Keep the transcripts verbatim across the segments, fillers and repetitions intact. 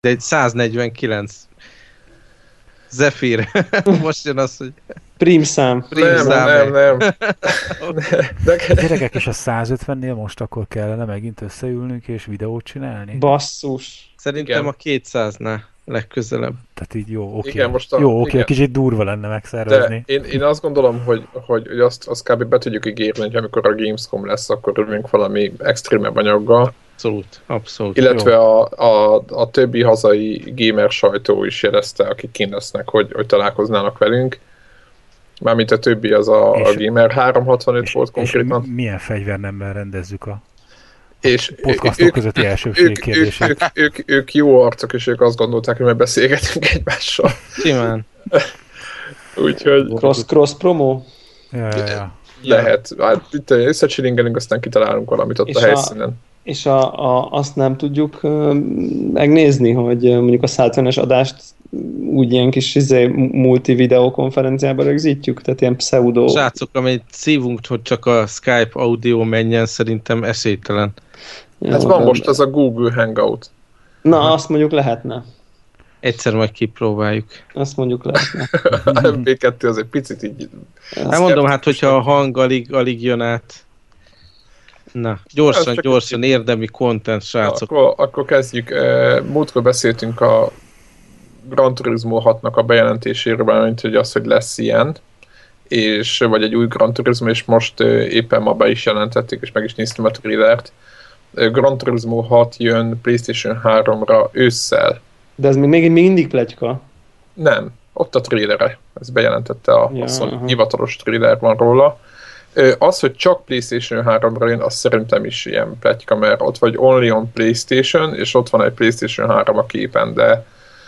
De egy száznegyvenkilenc. Zephyr. Most jön az, hogy... Prímszám. Nem, nem, nem. De... Gyerekek, és a százötvennél most akkor kellene megint összeülnünk és videót csinálni? Basszus. Szerintem igen. A kétszáznál legközelebb. Tehát így jó, oké. Igen, most a, jó, oké, kicsit durva lenne megszervezni. De én, én azt gondolom, hogy, hogy, hogy azt, azt kb. Be tudjuk ígérni, hogy amikor a Gamescom lesz, akkor örülünk valami extrémebb anyaggal. Abszolút, abszolút. Illetve a, a, a többi hazai gamer sajtó is jelezte, akik kint lesznek, hogy, hogy találkoznának velünk. Mármint a többi az a, a Gamer háromszázhatvanöt és, volt konkrétan. És milyen fegyvernemmel rendezzük a és podcastok ők, közötti elsőbség kérdését. Ők, ők, ők, ők jó arcok, és ők azt gondolták, hogy meg beszélgetünk egymással. Simán. Úgyhogy... Cross, cross promo? Ja, ja, ja. Lehet. Hát itt összecsilingelünk, aztán kitalálunk valamit ott és a helyszínen. A, és a, a, azt nem tudjuk uh, megnézni, hogy uh, mondjuk a százötvenes adást úgy ilyen kis izé, multi videokonferenciában rögzítjük, tehát ilyen pseudo... Srácok, amit szívunk, hogy csak a Skype audio menjen, szerintem esélytelen. Ja, ez van de... most az a Google Hangout. Na, aha. Azt mondjuk lehetne. Egyszer majd kipróbáljuk. Azt mondjuk lehetne. A em pé kettő az egy picit így... Hát mondom, hát hogyha a hang alig, alig jön át. Na, gyorsan, gyorsan, érdemi content, srácok. Akkor, akkor kezdjük. Múltkor beszéltünk a Gran Turismo hatnak a bejelentéséről, mint hogy az, hogy lesz ilyen, és, vagy egy új Gran Turismo, és most éppen ma be is jelentették, és meg is néztem a trailert. Gran Turismo hat jön PlayStation háromra ősszel. De ez még, még mindig pletyka? Nem, ott a trailere. Ez bejelentette a, ja, a hivatalos trailer van róla. Az, hogy csak PlayStation háromra jön, az szerintem is ilyen pletyka, mert ott vagy only on PlayStation, és ott van egy PlayStation három a képen, de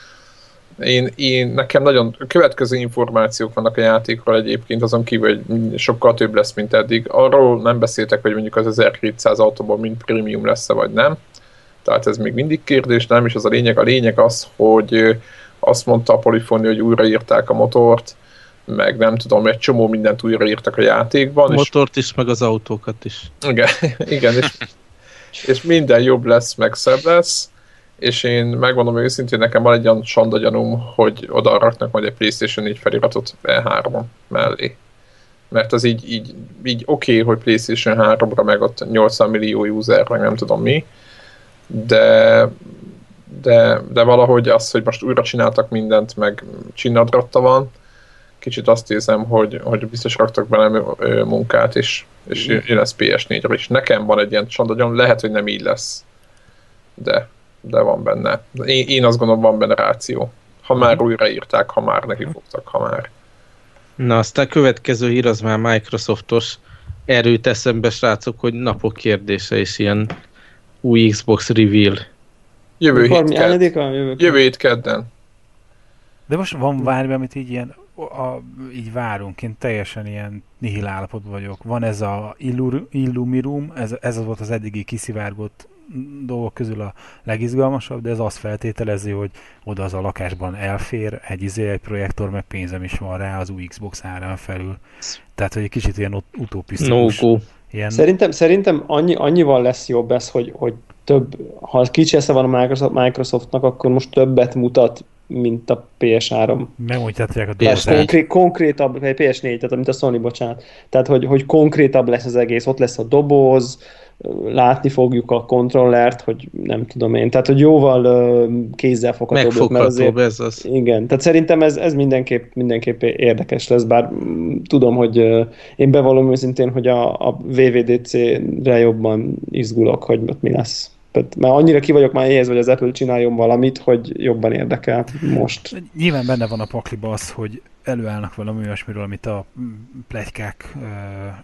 én, én nekem nagyon következő információk vannak a játékról egyébként, azon kívül, hogy sokkal több lesz, mint eddig. Arról nem beszéltek, hogy mondjuk az ezerhétszáz autóban mind prémium lesz-e, vagy nem. Tehát ez még mindig kérdés, nem is az a lényeg. A lényeg az, hogy azt mondta a Polyphony, hogy újraírták a motort, meg nem tudom, egy csomó mindent újraírtak a játékban. A motort is, meg az autókat is. Igen, igen és, és minden jobb lesz, meg szebb lesz. És én megmondom őszintén, nekem van egy olyan sandagyanum, hogy oda raknak majd egy PlayStation négy feliratot E három mellé. Mert az így, így, így oké, okay, hogy PlayStation háromra meg ott nyolcvan millió user, meg nem tudom mi, de, de, de valahogy az, hogy most újra csináltak mindent, meg csinadratta van, kicsit azt érzem, hogy, hogy biztos raktak bele munkát, és, és jön ez pé es négyre is. Nekem van egy ilyen sandagyanum, lehet, hogy nem így lesz, de de van benne. Én, én azt gondolom, van benne ráció. Ha már újraírták, ha már neki fogtak, ha már. Na, aztán következő hír az már Microsoftos. Erőt eszembe, srácok, hogy napok kérdése is ilyen új Xbox reveal. Jövő hét kedden. Jövő hét kedden. De most van bármi, amit így ilyen a, így várunk, én teljesen ilyen nihil állapotban vagyok. Van ez a Illur, Illumirum, ez, ez volt az eddigi kiszivárgott dolgok közül a legizgalmasabb, de ez azt feltételezi, hogy oda az a lakásban elfér egy izé, egy projektor, meg pénzem is van rá az új Xbox árán felül. Tehát, hogy egy kicsit ilyen utopisztikus. No ilyen... Szerintem, szerintem annyi, annyival lesz jobb ez, hogy, hogy több, ha kicsi esze van a Microsoft, Microsoftnak, akkor most többet mutat, mint a pé es három. Megmutatják a dolgokat. Konkrét, konkrétabb, vagy pé es négy, tehát mint a Sony, bocsánat. Tehát, hogy, hogy konkrétabb lesz az egész, ott lesz a doboz, látni fogjuk a kontrollert, hogy nem tudom én, tehát hogy jóval uh, kézzelfoghatóbb. Megfoghatóbb ez az. Igen, tehát szerintem ez, ez mindenképp, mindenképp érdekes lesz, bár mm, tudom, hogy uh, én bevallom őszintén, hogy a, a vé vé dé cé-re jobban izgulok, hogy ott mi lesz. Tehát már annyira ki vagyok már éhez, hogy az Apple csináljon valamit, hogy jobban érdekel most. Nyilván benne van a pakliba az, hogy előállnak valami olyasmiről, amit a pletykák uh,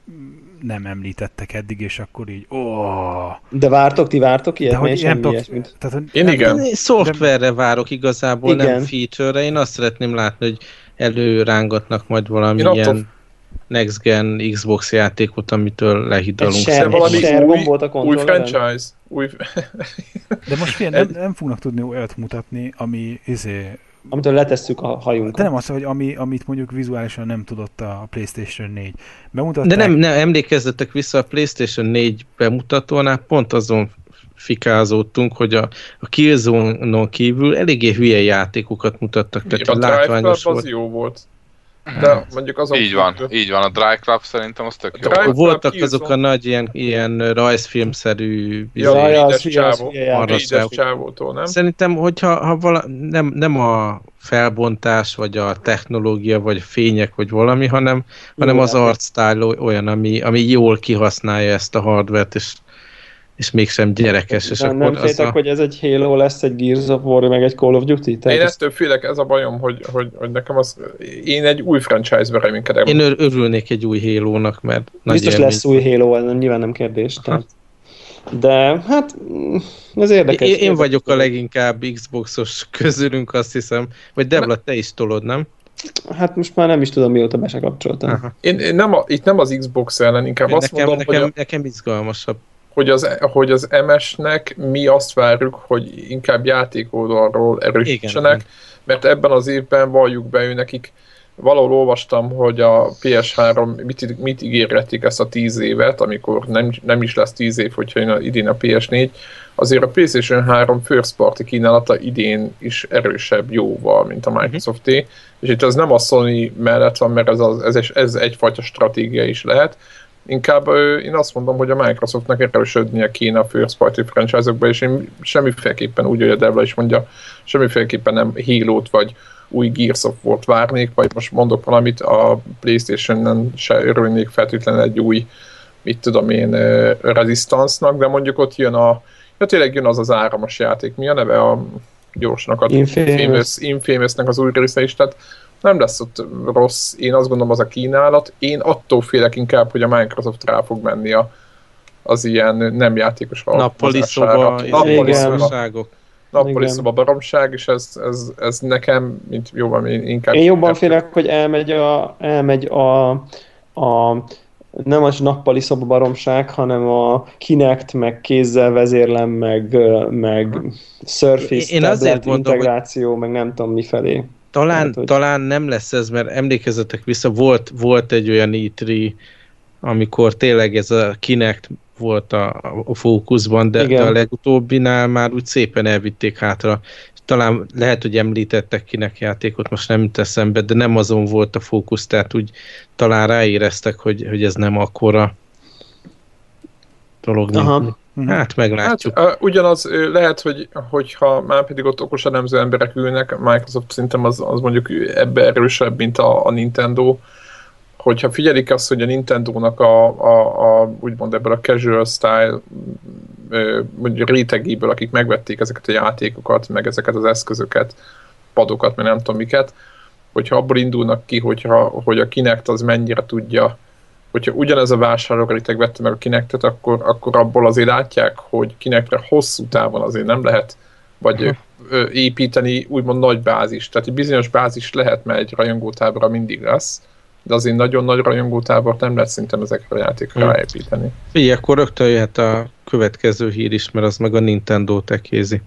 nem említettek eddig, és akkor így oh. De vártok, ti vártok ilyet? De hogy nem tok, ilyesmit? Tehát, én igen. Én szoftverre várok igazából, igen. Nem feature-re. Én azt szeretném látni, hogy előrángatnak majd valami én ilyen attól... next gen Xbox játékot, amitől lehidalunk. Egy valami új, volt a új franchise. Új... De most fél, nem, nem fognak tudni olyat mutatni, ami izé, amitől letesszük a hajunkat. De nem az, hogy ami, amit mondjuk vizuálisan nem tudott a PlayStation négy. Bemutatták... De nem, nem emlékezzetek vissza a PlayStation négy bemutatónál, pont azon fikázódtunk, hogy a, a Killzone-on kívül eléggé hülye játékokat mutattak. Tehát a Drive Club az jó volt. De mondjuk azon így van, kívül... így van, a Drive Club szerintem az tök jó. Club voltak Killzone... azok a nagy ilyen, ilyen rajzfilmszerű ja, édes csávó, édes csávótól, nem? Szerintem, hogyha ha vala, nem, nem a felbontás, vagy a technológia, vagy a fények, vagy valami, hanem, hanem az artstyle olyan, ami, ami jól kihasználja ezt a hardware-t, és és mégsem gyerekes. És nem nem féltek, a... hogy ez egy Halo lesz, egy Gears of War, meg egy Call of Duty? Tehát én ezt... ettől félek, ez a bajom, hogy, hogy, hogy nekem az... Én egy új franchise-be reménykedem. Én örülnék egy új Halo-nak, mert... Biztos lesz új Halo, ez nyilván nem kérdés. Tehát... De hát ez érdekes. Én, én érdekes. vagyok a leginkább Xboxos közülünk, azt hiszem. Vagy Debla, te is tolod, nem? Hát most már nem is tudom, mióta be se kapcsoltam. Én, én nem a, itt nem az Xbox ellen, inkább én azt nekem, mondom, nekem, hogy... A... Nekem izgalmasabb. Hogy az, hogy az em es-nek mi azt várjuk, hogy inkább játékoldalról erősítsenek, mert ebben az évben valljuk be ő nekik. Valahol olvastam, hogy a pé es három mit, mit ígérgették ezt a tíz évet, amikor nem, nem is lesz tíz év, hogyha jön idén a pé es négy. Azért a PlayStation három first party kínálata idén is erősebb jóval, mint a Microsofté. Uh-huh. És itt az nem a Sony mellett van, mert ez, az, ez, ez egyfajta stratégia is lehet. Inkább én azt mondom, hogy a Microsoftnak erősödnie kéne a first party franchise-okba, és én semmiféleképpen úgy, hogy a Devla is mondja, semmiféleképpen nem Halo-t vagy új Gears of War-t várnék, vagy most mondok valamit, a PlayStation-en se örülnék feltétlenül egy új, mit tudom én, Resistance-nak, de mondjuk ott jön a, ja tényleg jön az az áramos játék, mi a neve a gyorsnak, a Infamous, Infamous-nek az új része is, tehát nem lesz ott rossz, én azt gondolom az a kínálat, én attól félek inkább, hogy a Microsoft rá fog menni a, az ilyen nem játékos nappali szoba, nappali szoba, nappali szoba baromság, és ez, ez, ez nekem, mint jóval inkább... Én jobban félek, hogy elmegy a, elmegy a, a nem az nappali szoba baromság, hanem a Kinect, meg kézzel vezérlem, meg, meg Surface én tablet integráció, hogy... meg nem tudom mifelé. Talán, hát, hogy... talán nem lesz ez, mert emlékezzetek vissza, volt, volt egy olyan í három, amikor tényleg ez a Kinect volt a, a fókuszban, de, de a legutóbbinál már úgy szépen elvitték hátra. Talán lehet, hogy említettek Kinect játékot, most nem jut eszembe, de nem azon volt a fókusz, tehát úgy talán ráéreztek, hogy, hogy ez nem akkora dolog. Aha. Hát meglátjuk. Hát, ugyanaz lehet, hogy, hogyha már pedig ott okos elemző emberek ülnek, Microsoft szerintem az, az mondjuk ebbe erősebb, mint a, a Nintendo. Hogyha figyelik azt, hogy a Nintendo-nak a, a, a úgymond ebből a casual style mondjuk rétegéből, akik megvették ezeket a játékokat, meg ezeket az eszközöket, padokat, meg nem tudom miket, hogyha abból indulnak ki, hogyha, hogy a Kinect az mennyire tudja, hogyha ugyanez a vásárlóréteg vette meg a Kinectet, akkor, akkor abból azért látják, hogy Kinectre hosszú távon azért nem lehet, vagy uh-huh. építeni úgymond nagy bázis. Tehát egy bizonyos bázis lehet, mert egy rajongótábora mindig lesz, de azért nagyon nagy rajongótábort nem lehet szerintem ezekre a játékra hmm. ráépíteni. Figyelj, akkor rögtön jöhet a következő hír is, mert az meg a Nintendo tekézi.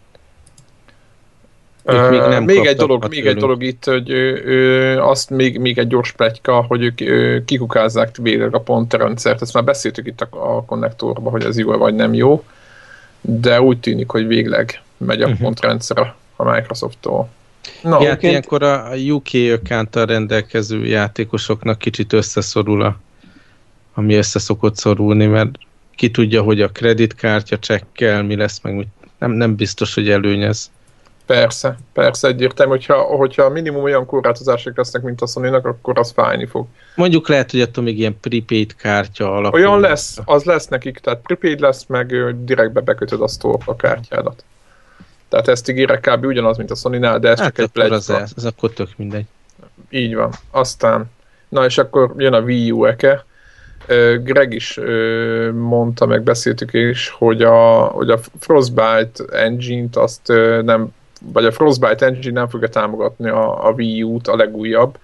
Uh, még nem még egy dolog, még egy dolog itt, hogy ő, ő, azt még, még egy gyors pletyka, hogy ők ő, kikukázzák végleg a pontrendszert. Ezt már beszéltük itt a, a konnektorban, hogy ez jó vagy nem jó, de úgy tűnik, hogy végleg megy a uh-huh. pontrendszer a Microsofttól. No, ja, hát ilyenkor a u ká accounttal rendelkező játékosoknak kicsit összeszorul a, ami össze szokott szorulni, mert ki tudja, hogy a kreditkártya csekkel mi lesz, meg nem, nem biztos, hogy előnyez. Persze, persze egyértelmű, hogyha, hogyha minimum olyan korlátozások lesznek, mint a Sony-nak, akkor az fájni fog. Mondjuk lehet, hogy attól még ilyen prepaid kártya alapul. Olyan lesz, az lesz nekik, tehát prepaid lesz, meg direktbe bekötöd a store a kártyádat. Tehát ezt ígérek kb. Ugyanaz, mint a Sony-nál, de ez hát csak egy pletyka. Az, ez, ez akkor tök mindegy. Így van. Aztán, na és akkor jön a Wii U-eke. Greg is mondta, meg beszéltük is, hogy a, hogy a Frostbite engine-t azt nem, vagy a Frostbite engine nem fogja támogatni a, a Wii U-t, a legújabb.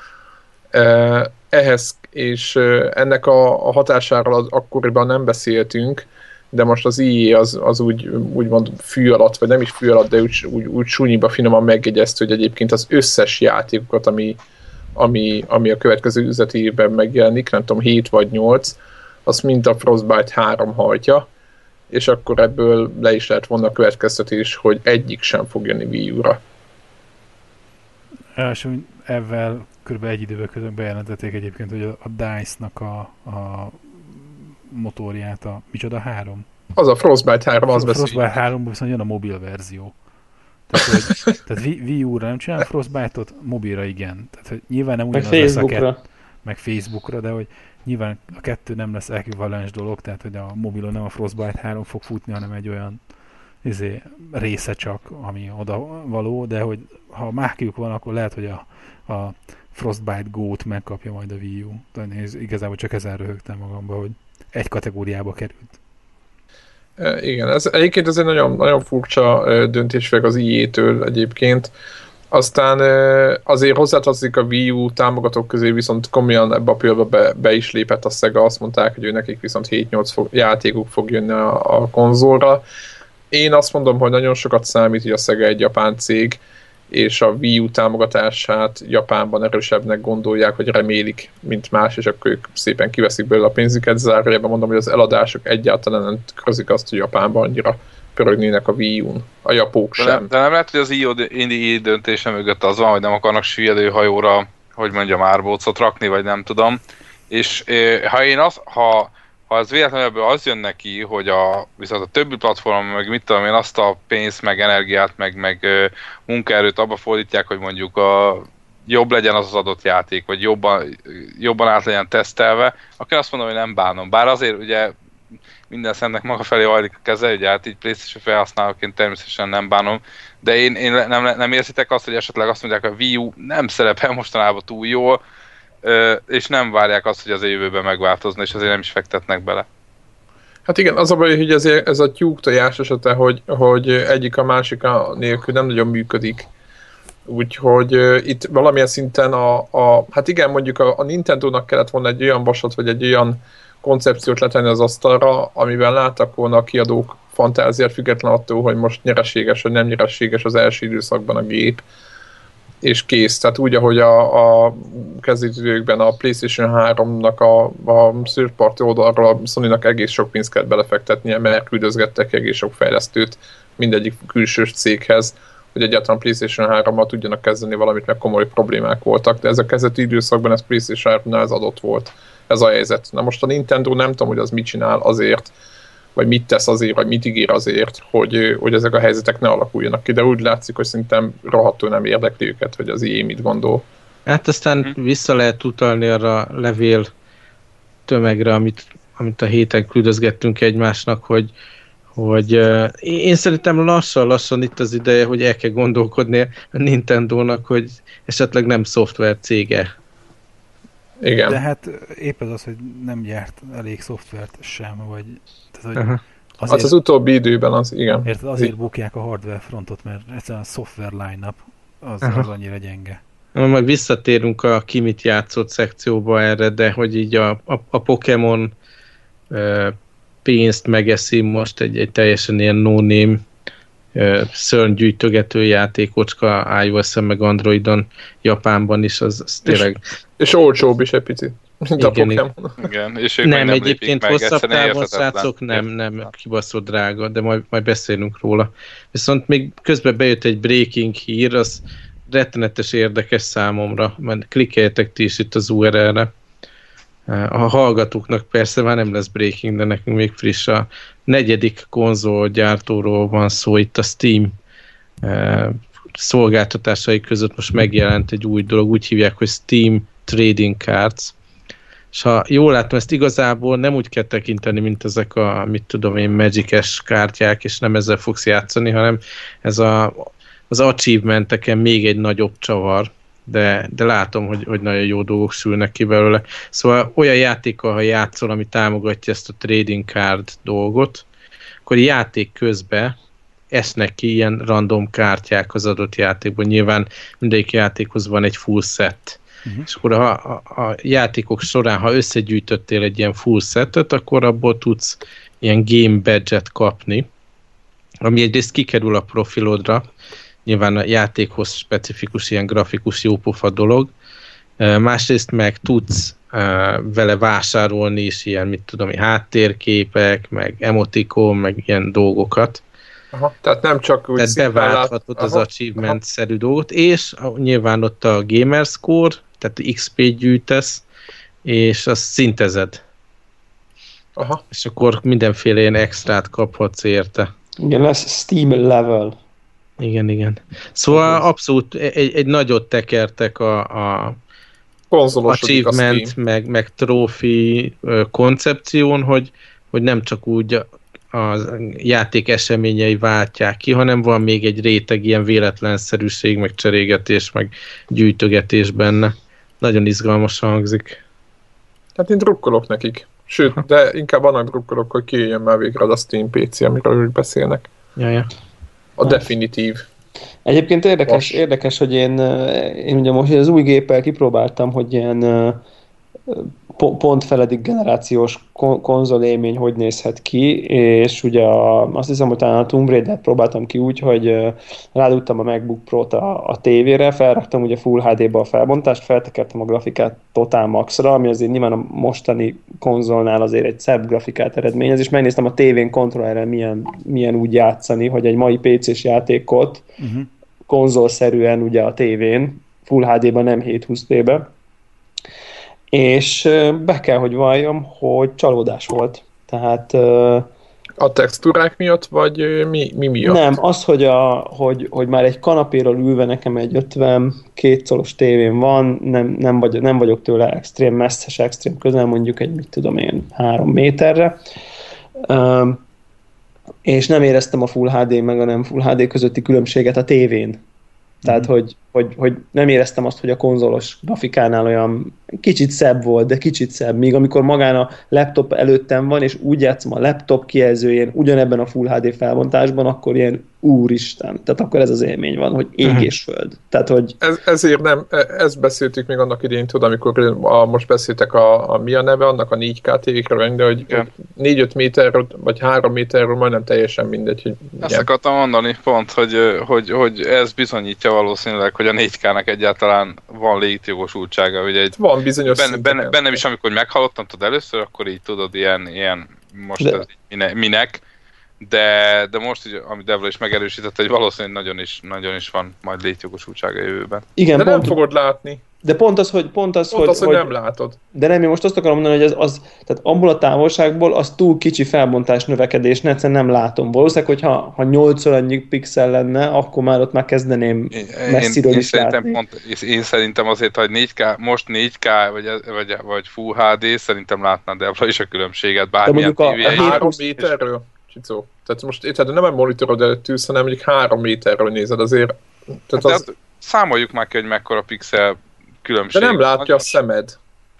Ehhez, és ennek a, a hatásáról akkoriban nem beszéltünk, de most az i á az, az úgy, úgymond fű alatt, vagy nem is fű alatt, de úgy, úgy, úgy súnyiba finoman megjegyezte, hogy egyébként az összes játékokat, ami, ami, ami a következő üzleti évben megjelenik, nem tudom, hét vagy nyolc, azt mind a Frostbite három hajtja, és akkor ebből le is lehet vonni a következtetés, hogy egyik sem fog jönni Wii U-ra. És ezzel kb. Egy idővel közben bejelentették egyébként, hogy a DICE-nak a, a motorját, a micsoda három? Az a Frostbite három, az beszél. Frostbite háromból viszont jön a mobil verzió. Tehát, hogy, tehát Wii U-ra nem csinál Frostbite-ot, mobilra igen. Tehát, hogy nyilván nem ugyanaz lesz a kettő, meg Facebookra, de hogy nyilván a kettő nem lesz ekvivalens dolog, tehát hogy a mobilon nem a Frostbite három fog futni, hanem egy olyan izé, része csak, ami oda való, de hogy ha mákjuk van, akkor lehet, hogy a, a Frostbite Go-t megkapja majd a Wii U. Tehát én igazából csak ezen röhögtem magamba, hogy egy kategóriába került. E, igen, ez egyébként ez egy nagyon, nagyon furcsa döntés főleg az i á-től egyébként. Aztán azért hozzátartozik a Wii U támogatók közé, viszont komolyan ebbe a pillanatba be, be is lépett a Sega, azt mondták, hogy ő nekik viszont hét-nyolc fog, játékuk fog jönni a, a konzolra. Én azt mondom, hogy nagyon sokat számít, hogy a Sega egy japán cég, és a Wii U támogatását Japánban erősebbnek gondolják, vagy remélik, mint más, és akkor ők szépen kiveszik belőle a pénzüket. Zárójában mondom, hogy az eladások egyáltalán nem tükrözik azt, hogy Japánban annyira pörögnének a Wii U-n. A japók sem. De nem, de nem lehet, hogy az i á döntése mögött az van, hogy nem akarnak süllyedő hajóra, hogy mondjam, árbócot rakni, vagy nem tudom. És ha én az, ha ha az véletlenül ebből az jön neki, hogy a, viszont a többi platformon, meg mit tudom én, azt a pénzt, meg energiát, meg, meg ö, munkaerőt abba fordítják, hogy mondjuk a, jobb legyen az az adott játék, vagy jobban, jobban át legyen tesztelve, akkor azt mondom, hogy nem bánom. Bár azért ugye minden szemnek maga felé hajlik a keze, ugye hát így PlayStation felhasználóként természetesen nem bánom, de én, én nem, nem érzitek azt, hogy esetleg azt mondják, hogy a Wii U nem szerepel mostanában túl jól, és nem várják azt, hogy az jövőben megváltozna, és azért nem is fektetnek bele. Hát igen, az a baj, hogy ez, ez a tyúk tojás esete, hogy, hogy egyik a másik nélkül nem nagyon működik. Úgyhogy uh, itt valamilyen szinten a, a hát igen, mondjuk a, a Nintendo-nak kellett volna egy olyan vasat, vagy egy olyan koncepciót letenni az asztalra, amiben láttak volna a kiadók fantáziát, független attól, hogy most nyereséges, vagy nem nyereséges az első időszakban a gép, és kész. Tehát úgy, ahogy a, a kezdetidőkben a PlayStation háromnak a, a third-party oldalról a Sony-nak egész sok pénzt kellett belefektetnie, mert küldözgettek egész sok fejlesztőt mindegyik külsős céghez, hogy egyáltalán PlayStation hárommal tudjanak kezdeni valamit, meg komoly problémák voltak, de ez a kezdeti időszakban ez PlayStation háromnál ez adott volt. Ez a helyzet. Na most a Nintendo nem tudom, hogy az mit csinál azért, vagy mit tesz azért, vagy mit ígér azért, hogy, hogy ezek a helyzetek ne alakuljanak ki, de úgy látszik, hogy szerintem rohadtul nem érdekli őket, hogy az i á mit gondol. Hát aztán hmm. vissza lehet utalni arra a levél tömegre, amit, amit a héten küldözgettünk egymásnak, hogy, hogy uh, én szerintem lassan-lassan itt az ideje, hogy el kell gondolkodni a Nintendónak, hogy esetleg nem szoftver cége. Igen. De hát épp ez az, hogy nem gyárt elég szoftvert sem, vagy... Tehát, hogy azért, hát az utóbbi időben az, igen. Érted, azért bukják a hardware frontot, mert egyszerűen a software line-up az, az annyira gyenge. Na, majd visszatérünk a ki mit játszott szekcióba erre, de hogy így a, a, a Pokémon uh, pénzt megeszi most egy, egy teljesen ilyen no-name uh, szörnygyűjtögető játékocska iOS-en meg Androidon, Japánban is, az, az tényleg... És, és olcsóbb is egy picit. Igen, igen. igen, és ők nem, nem egyébként hosszabb távon, srácok, nem, nem kibaszott drága, de majd, majd beszélünk róla. Viszont még közben bejött egy breaking hír, az rettenetes érdekes számomra, mert klikkeljetek ti is itt az u er el-re. A hallgatóknak persze már nem lesz breaking, de nekünk még friss. A negyedik konzolgyártóról van szó, itt a Steam szolgáltatásai között most megjelent egy új dolog, úgy hívják, hogy Steam Trading Cards. És ha jól látom, ezt igazából nem úgy kell tekinteni, mint ezek a, mit tudom én, Magic-es kártyák, és nem ezzel fogsz játszani, hanem ez a, az achievementeken még egy nagyobb csavar, de, de látom, hogy, hogy nagyon jó dolgok sülnek ki belőle. Szóval olyan játékkal, ha játszol, ami támogatja ezt a trading card dolgot, akkor játék közben esznek ki ilyen random kártyák az adott játékban. Nyilván mindegyik játékhoz van egy full set. Uh-huh. És akkor ha a, a játékok során, ha összegyűjtöttél egy ilyen full setet, akkor abból tudsz ilyen game badge-et kapni, ami egyrészt kikerül a profilodra, nyilván a játékhoz specifikus ilyen grafikus jópofa dolog, Másrészt meg tudsz vele vásárolni is ilyen, mit tudom, háttérképek, meg emotikon, meg ilyen dolgokat. Aha, tehát nem csak úgy tehát beválthatod az achievement-szerű dolgot, és nyilván ott a gamerscore, tehát iksz pét gyűjtesz, és azt szintezed. Aha. És akkor mindenféle ilyen extrát kaphatsz érte. Igen, lesz Steam level. Igen, igen. Szóval abszolút egy, egy nagyot tekertek a, a achievement, a meg, meg trófi koncepción, hogy, hogy nem csak úgy a játék eseményei váltják ki, hanem van még egy réteg ilyen véletlenszerűség, meg cserégetés, meg gyűjtögetés benne. Nagyon izgalmasan hangzik. Hát én drukkolok nekik. Sőt, ha. de inkább annak drukkolok, hogy kijöjjön már végre a Steam pé cé, amiről ők beszélnek. Jaja. A hát. Definitív. Egyébként érdekes, érdekes, hogy én, én ugye most az új géppel kipróbáltam, hogy ilyen pont feledik generációs konzolélmény hogy nézhet ki, és ugye a, azt hiszem, hogy talán a Tomb Raider próbáltam ki úgy, hogy rádugtam a MacBook Pro-t a, a tévére, felraktam ugye Full há dé-be a felbontást, feltekertem a grafikát Total Max-ra, ami azért nyilván a mostani konzolnál azért egy szebb grafikát eredményez, és megnéztem a tévén kontrollerrel milyen, milyen úgy játszani, hogy egy mai pé cés játékot uh-huh. konzolszerűen ugye a tévén, Full há dé-ben, nem hétszázhúsz pé-be, és be kell, hogy valljam, hogy csalódás volt. Tehát... A textúrák miatt, vagy mi, mi miatt? Nem, az, hogy, a, hogy, hogy már egy kanapéról ülve nekem egy ötvenkét szolos tévén van, nem, nem, vagy, nem vagyok tőle extrém messzes, extrém közel, mondjuk egy, mit tudom én, három méterre, és nem éreztem a Full há dé meg a nem Full há dé közötti különbséget a tévén. Tehát, mm. hogy, hogy, hogy nem éreztem azt, hogy a konzolos grafikánál olyan kicsit szebb volt, de kicsit szebb, míg amikor magán a laptop előttem van, és úgy játszom a laptop kijelzőjén, ugyanebben a Full há dé felbontásban, akkor ilyen úristen. Tehát akkor ez az élmény van, hogy ég és föld. Tehát, hogy... Ez, ezért nem, ezt beszéltük még annak idején, tudod, amikor a, most beszéltek a, a mi a neve, annak a négy ká tévékről, de hogy négy-öt méterről, vagy három méterről majdnem teljesen mindegy. Hogy ezt igen. akartam mondani pont, hogy, hogy, hogy ez bizonyítja valószínűleg, hogy a négy ká-nak egyáltalán van létjogosultsága, hogy egy van bizonyos benne, benne, bennem is, amikor meghallottam tudod először, akkor így tudod, ilyen, ilyen most de... ez mine, minek, de, de most, így, amit Devla is megerősített, hogy valószínűleg nagyon is, nagyon is van majd létjogosultsága jövőben. Igen, de pont, nem fogod látni. De pont az, hogy... Pont az, pont hogy, az hogy, hogy nem látod. De nem, én most azt akarom mondani, hogy ez az, tehát abból a távolságból az túl kicsi felbontás növekedés, egyszerűen nem látom. Valószínűleg, hogyha ha nyolcszor annyi pixel lenne, akkor már ott már kezdeném messziről én, is én látni. Szerintem pont, én szerintem azért, hogy négy ká, most négy ká vagy, vagy, vagy Full há dé, szerintem látná Devla is a különbséget, bármilyen tévé. A, a három méterről, Csicó. Tehát most érted, nem egy monitorod előtt ülsz, hanem mondjuk három méterről nézed azért. Tehát hát az... hát számoljuk már ki, hogy mekkora pixel különbség. De nem látja a szemed.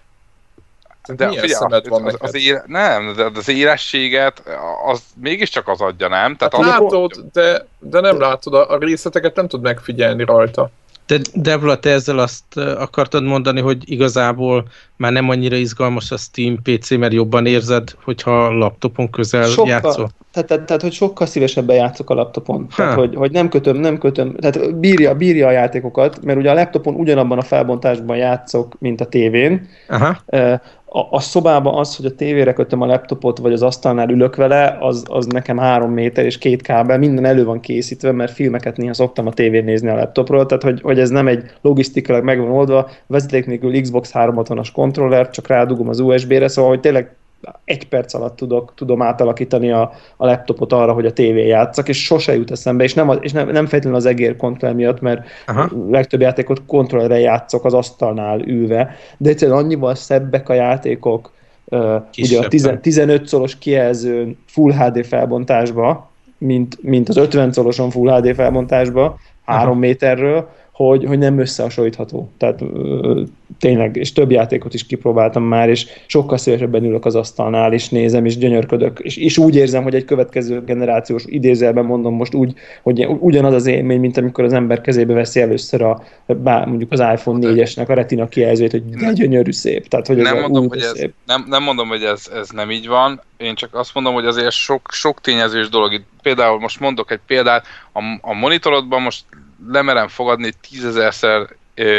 De milyen figyelj, szemed van az, az éle, nem, de az élességet az mégiscsak az adja, nem? Tehát hát az látod, de, de nem látod, a részleteket nem tud megfigyelni rajta. De Devla, te ezzel azt akartad mondani, hogy igazából már nem annyira izgalmas a Steam pé cé, mert jobban érzed, hogyha laptopon közel sokkal, játszol? Tehát, tehát, tehát, hogy sokkal szívesebben játszok a laptopon. Tehát, hogy, hogy nem kötöm, nem kötöm, tehát bírja, bírja a játékokat, mert ugye a laptopon ugyanabban a felbontásban játszok, mint a tévén. Aha. A, a szobában az, hogy a tévére kötöm a laptopot, vagy az asztalnál ülök vele, az, az nekem három méter és két kábel, minden elő van készítve, mert filmeket néha szoktam a tévén nézni a laptopról, tehát hogy, hogy ez nem egy logisztikailag megvan oldva, vezeték nélkül Xbox háromszázhatvanas kontroller, csak rádugom az u es bé-re, szóval hogy tényleg egy perc alatt tudok, tudom átalakítani a, a laptopot arra, hogy a tévén játszak, és sose jut eszembe, és nem, és nem, nem feltétlenül az egér kontroller miatt, mert aha. legtöbb játékot kontrollerre játszok az asztalnál ülve, de egyszerűen annyival szebbek a játékok, uh, ugye a tizenöt szoros kijelzőn Full há dé felbontásba, mint, mint az ötven szoroson Full há dé felbontásba, három méterről, hogy, hogy nem összehasonlítható. Tehát ö, tényleg, és több játékot is kipróbáltam már, és sokkal szívesebben ülök az asztalnál, és nézem, és gyönyörködök, és, és úgy érzem, hogy egy következő generációs idézelben mondom most úgy, hogy ugyanaz az élmény, mint amikor az ember kezébe veszi először a, bár mondjuk az iPhone négyesnek a retina kijelzőjét, hogy de gyönyörű szép. Tehát, hogy nem, ez mondom, a, hogy ez, nem, nem mondom, hogy ez, ez nem így van, én csak azt mondom, hogy azért sok, sok tényezős dolog. Itt például most mondok egy példát, a, a monitorodban most lemerem fogadni tízezerszer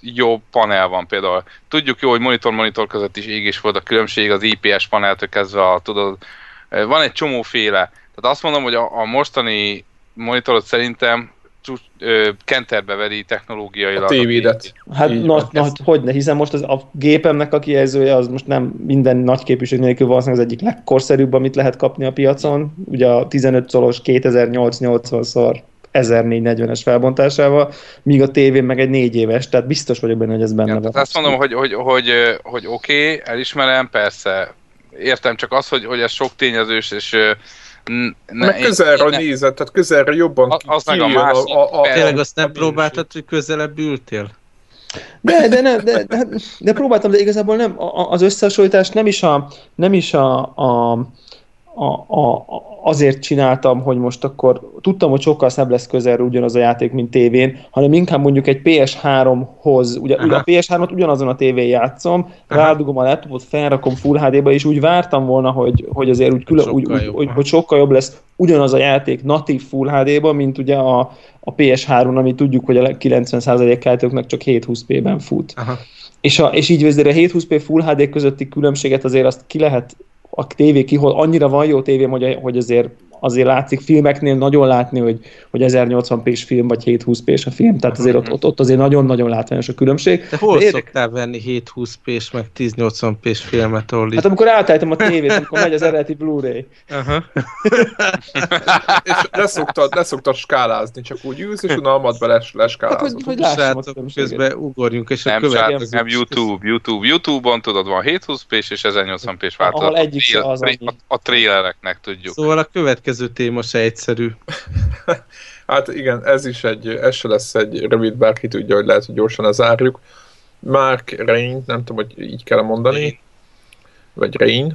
jobb panel van például. Tudjuk jó, hogy monitor-monitor között is ég is volt a különbség, az I P S paneltől kezdve, a, tudod, van egy csomóféle. Tehát azt mondom, hogy a, a mostani monitorot szerintem kenterbe veri technológiailag. A tévédet. Hát na, na, hogyne, hiszen most az, a gépemnek a kijelzője az most nem minden nagy képűség nélkül valószínűleg az egyik legkorszerűbb, amit lehet kapni a piacon. Ugye a tizenöt colos kétezer-nyolc nyolcvan szor ezernégyszáznegyvenes felbontásával, míg a tévén meg egy négy éves, tehát biztos vagyok benne, hogy ez benne ja, van. Azt mondom, hogy, hogy, hogy, hogy oké, okay, elismerem, persze, értem, csak az, hogy, hogy ez sok tényezős, és Ne, meg közelre ne, nézed, tehát közelre jobban az, az meg a másik. A, a, a, tényleg azt nem próbáltad, hogy közelebb ültél? De, de, de, de, de, de próbáltam, de igazából nem, az összehasonlítás nem is a, nem is a, a, a, a, azért csináltam, hogy most akkor tudtam, hogy sokkal szebb lesz közelről ugyanaz a játék, mint tévén, hanem inkább mondjuk egy P S háromhoz, ugye, ugye a P S hármat ugyanazon a tévén játszom, aha, rádugom a laptopot, felrakom Full há dé-be, és úgy vártam volna, hogy, hogy azért úgy külön, úgy, úgy, úgy, hogy sokkal jobb lesz ugyanaz a játék natív Full há dé-ba, mint ugye a, a P S három, ami tudjuk, hogy a kilencven százalék keltőknek csak hetszázhúsz pé-ben fut. És, a, és így azért a hetszázhúsz pé Full há dé közötti különbséget azért azt ki lehet a tévé kihol, annyira van jó tévém, hogy, hogy azért, azért látszik filmeknél nagyon látni, hogy, hogy ezernyolcvan pés film, vagy hetszázhúsz pés a film, tehát azért ott, ott, ott azért nagyon-nagyon látványos a különbség. De hol de szoktál érde... venni hetszázhúsz pés, meg ezernyolcvan pés filmet, ahol Hát amikor átálltam a tévét, amikor megy az eredeti Blu-ray. Aha. És leszoktad, leszoktad skálázni, csak úgy ülsz, és unalmadba les, leskálázod. Hát, hogy, hogy lássam közben ugorjunk, és nem, a következő... Nem, YouTube, YouTube, YouTube-on tudod, van hetszázhúsz pés és ezernyolcvan pés változat. Ahol egyik a, az a, a trélereknek tudjuk. Szóval a következő téma se egyszerű. Hát igen, ez is egy, ez se lesz egy rövid, bárki tudja, hogy lehet, hogy gyorsan lezárjuk. Mark Rain, nem tudom, hogy így kell mondani, vagy Rain,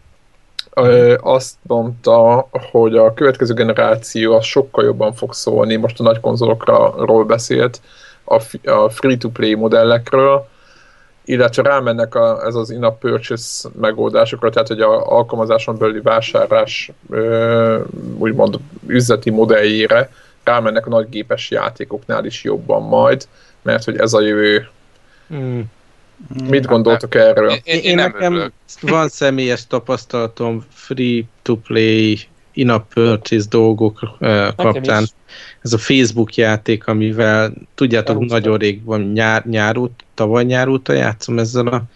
azt mondta, hogy a következő generáció az sokkal jobban fog szólni, most a nagy konzolokról beszélt, a free-to-play modellekről, illetve rámennek a, ez az in-app purchase megoldásokra, tehát hogy a alkalmazáson belüli vásárlás ö, úgymond üzleti modelljére rámennek a nagygépes játékoknál is jobban majd, mert hogy ez a jövő. Hmm. Mit gondoltok hát, erről? Én, én, én nekem örülök. Van személyes tapasztalatom free-to-play in-app purchase dolgok uh, kapcsán. Ez a Facebook játék, amivel tudjátok, Elúsztam. Nagyon rég van, nyár, nyár út, tavaly nyár óta játszom ezzel a,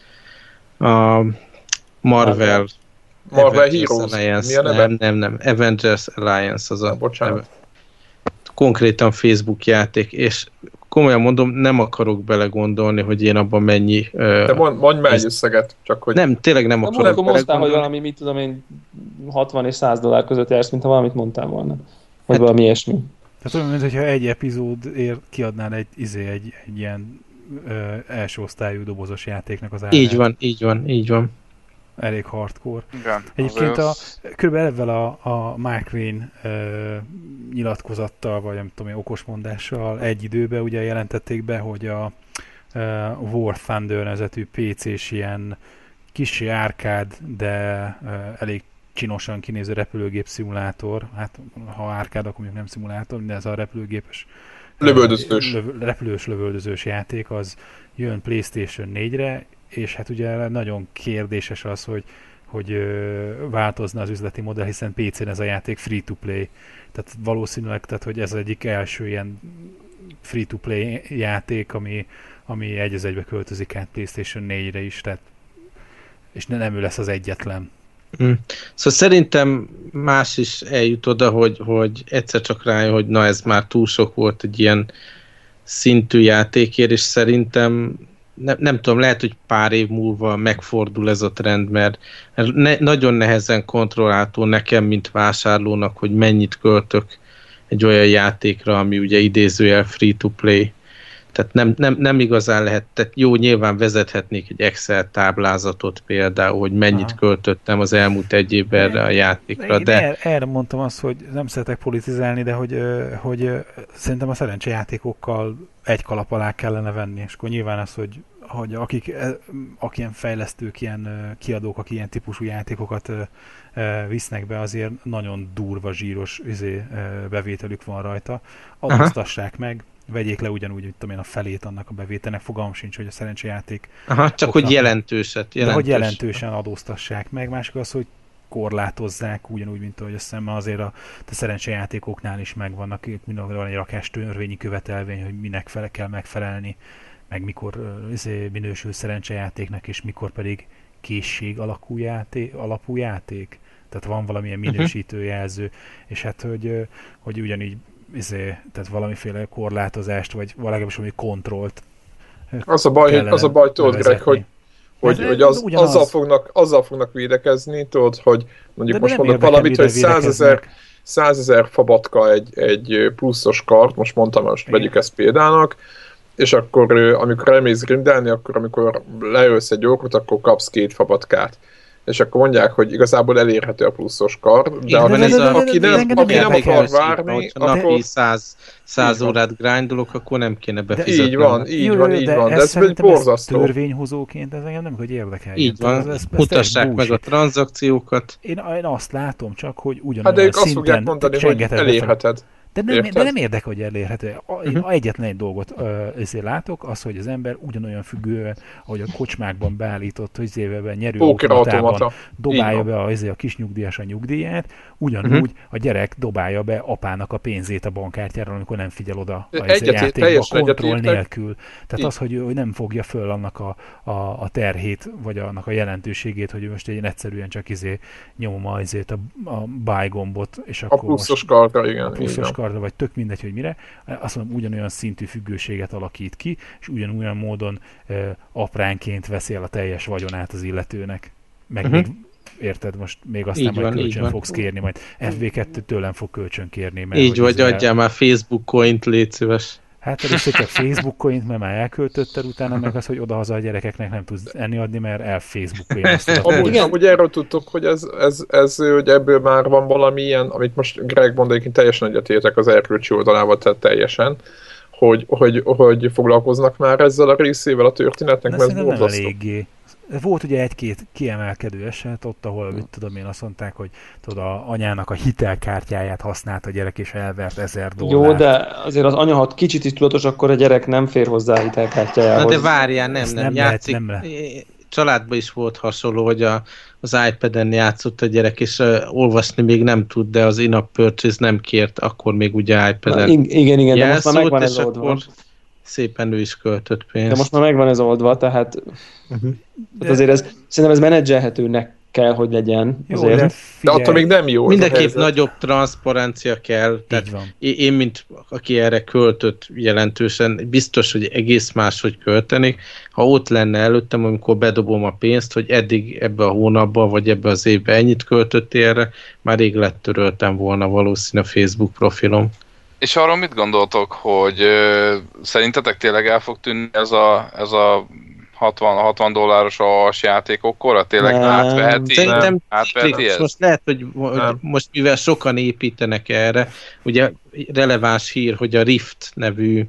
a Marvel Marvel Heroes. Mi a neve? Nem, nem, nem. Avengers Alliance az a... Bocsánat. Konkrétan Facebook játék, és komolyan mondom, nem akarok belegondolni, hogy én abban mennyi... De mond, mondj már egy összeget, csak hogy... Nem, tényleg nem, nem akarok belegondolni. Akkor mondtál, hogy valami, mit tudom én, hatvan és száz dollár között jársz, mint ha valamit mondtál volna. Vagy hát, valami ilyesmi. Tehát olyan, mintha egy epizódért kiadnál egy, izé, egy, egy ilyen ö, első osztályú dobozos játéknak az árát. Így van, így van, így van. Elég hardcore. Igen, egyébként a, körülbelül ezzel a, a Mark Rain ö, nyilatkozattal, vagy nem tudom én, okosmondással egy időben ugye jelentették be, hogy a ö, War Thunder nevezetű pé cés ilyen kicsi árkád, de ö, elég csinosan kinéző repülőgép szimulátor, hát ha árkád, akkor mondjuk nem szimulátor, de ez a repülőgépes lövöldözős. Löv, repülős lövöldözős játék, az jön PlayStation négyre, és hát ugye nagyon kérdéses az, hogy, hogy változna az üzleti modell, hiszen pé cén ez a játék free-to-play. Tehát valószínűleg, tehát, hogy ez egyik első ilyen free-to-play játék, ami, ami egy az egybe költözik át PlayStation négyre is, tehát, és nem ő lesz az egyetlen. Mm. Szóval szerintem más is eljut oda, hogy, hogy egyszer csak rájön, hogy na ez már túl sok volt egy ilyen szintű játékért, és szerintem ne, nem tudom, lehet, hogy pár év múlva megfordul ez a trend, mert ne, nagyon nehezen kontrollálható nekem, mint vásárlónak, hogy mennyit költök egy olyan játékra, ami ugye idézőjel free-to-play. Tehát nem, nem, nem igazán lehet, tehát jó, nyilván vezethetnék egy Excel táblázatot például, hogy mennyit Aha. költöttem az elmúlt egy évben erre a játékra. Én de... er, erre mondtam azt, hogy nem szeretek politizálni, de hogy, hogy szerintem a szerencsejátékokkal egy kalap alá kellene venni, és akkor nyilván az, hogy, hogy akik, akik ilyen fejlesztők, ilyen kiadók, akik ilyen típusú játékokat visznek be, azért nagyon durva, zsíros izé, bevételük van rajta. Adóztassák meg, vegyék le ugyanúgy, mint tudom én, a felét annak a bevételnek, fogalmam sincs, hogy a szerencsejáték... Aha, csak hogy jelentőset. Jelentős. De hogy jelentősen adóztassák meg, másik az, hogy korlátozzák, ugyanúgy, mint ahogy azt hiszem, azért a, a szerencsejátékoknál is megvannak, mindenhol van egy rakás törvényi követelvény, hogy minek fele kell megfelelni, meg mikor uh, minősül szerencsejátéknak, és mikor pedig készség alapú játék, alapú játék. Tehát van valamilyen minősítő jelző, és hát, hogy, hogy ugyanígy izé, tehát valamiféle korlátozást, vagy legalábbis valami kontrollt. Az a baj, hogy, az a baj, tudod, Greg, hogy, hogy, hogy az, azzal, fognak, azzal fognak védekezni, tudod, hogy mondjuk de most mondok valamit, hogy százezer fabatka egy, egy pluszos kart, most mondtam, most igen. Vegyük ezt példának, és akkor amikor elmész grindelni, akkor amikor leölsz egy orkot, akkor kapsz két fabatkát. És akkor mondják, hogy igazából elérhető a pluszos kar, de aki nem, aki nem akar várni, akkor... száz órát grindolok, akkor nem kéne befizetni. Így van, így van, így van, de ez borzasztó. Törvényhozóként ez engem nem, hogy érdekel. Így van, mutassák meg a tranzakciókat. Én azt látom csak, hogy ugyanolyan hát de ők azt fogják mondani, hogy elérheted. De nem, de nem érdekel, hogy elérhető. Én uh-huh. egyetlen egy dolgot ezért látok, az, hogy az ember ugyanolyan függően, ahogy a kocsmákban beállított, hogy zéveben nyerőautomatában dobálja be a, a kis nyugdíjas a nyugdíját, ugyanúgy uh-huh. a gyerek dobálja be apának a pénzét a bankkártyára, amikor nem figyel oda a játékba, a kontroll nélkül. Tehát így. Az, hogy, hogy nem fogja föl annak a, a, a terhét, vagy annak a jelentőségét, hogy most egy egyszerűen csak izé nyomom a, izét, a, a buy gombot, és akkor a pluszos kartra, igen. A pluszos kartra, vagy tök mindegy, hogy mire. Azt mondom, ugyanolyan szintű függőséget alakít ki, és ugyanolyan módon e, apránként veszi el a teljes vagyonát az illetőnek. Meg uh-huh. még érted, most még aztán így majd van, kölcsön fogsz kérni, majd ef bé kettő tőlem fog kölcsön kérni. Mert így vagy, adjál el... már Facebook coint, légy szíves. Hát először csak Facebook coint, mert már elköltötted, utána meg az, hogy odahaza a gyerekeknek nem tudsz enni adni, mert elfacebookolja azt. Amúgy, amúgy erről tudtok, hogy ez, ez, ez, hogy ebből már van valami ilyen, amit most Greg mond, egyébként teljesen egyetértek az erkölcsi oldalával, tehát teljesen, hogy, hogy, hogy foglalkoznak már ezzel a részével a történetnek, mert ez nem eléggé. Volt ugye egy-két kiemelkedő eset ott, ahol mit tudom én azt mondták, hogy tudod, a anyának a hitelkártyáját használt a gyerek és elvert ezer dollárt. Jó, de azért az anya, ha kicsit is tudatos, akkor a gyerek nem fér hozzá a hitelkártyájához. Na de várjál, nem, nem, nem játszik. Nem lehet. Családban is volt hasonló, hogy a, az iPad-en játszott a gyerek, és uh, olvasni még nem tud, de az in-app purchase nem kért, akkor még ugye iPad-en Na, igen, igen, de most már megvan ez oldva. Szépen ő is költött pénzt. De most már megvan ez oldva, tehát, uh-huh. tehát azért ez, szerintem ez menedzselhetőnek kell, hogy legyen. Jó, de, de attól még nem jó. Mindenképp nagyobb transzparencia kell. Tehát én, mint aki erre költött jelentősen, biztos, hogy egész máshogy költenék. Ha ott lenne előttem, amikor bedobom a pénzt, hogy eddig ebbe a hónapban, vagy ebbe az évben ennyit költöttél erre, már rég lettöröltem volna valószínű a Facebook profilom. És arról mit gondoltok, hogy ö, szerintetek tényleg el fog tűnni ez a, ez a hatvan dolláros aljas játékokkora? Tényleg nem. átveheti? Szerintem átveheti ez? Most lehet, hogy, hogy most mivel sokan építenek erre, ugye releváns hír, hogy a Rift nevű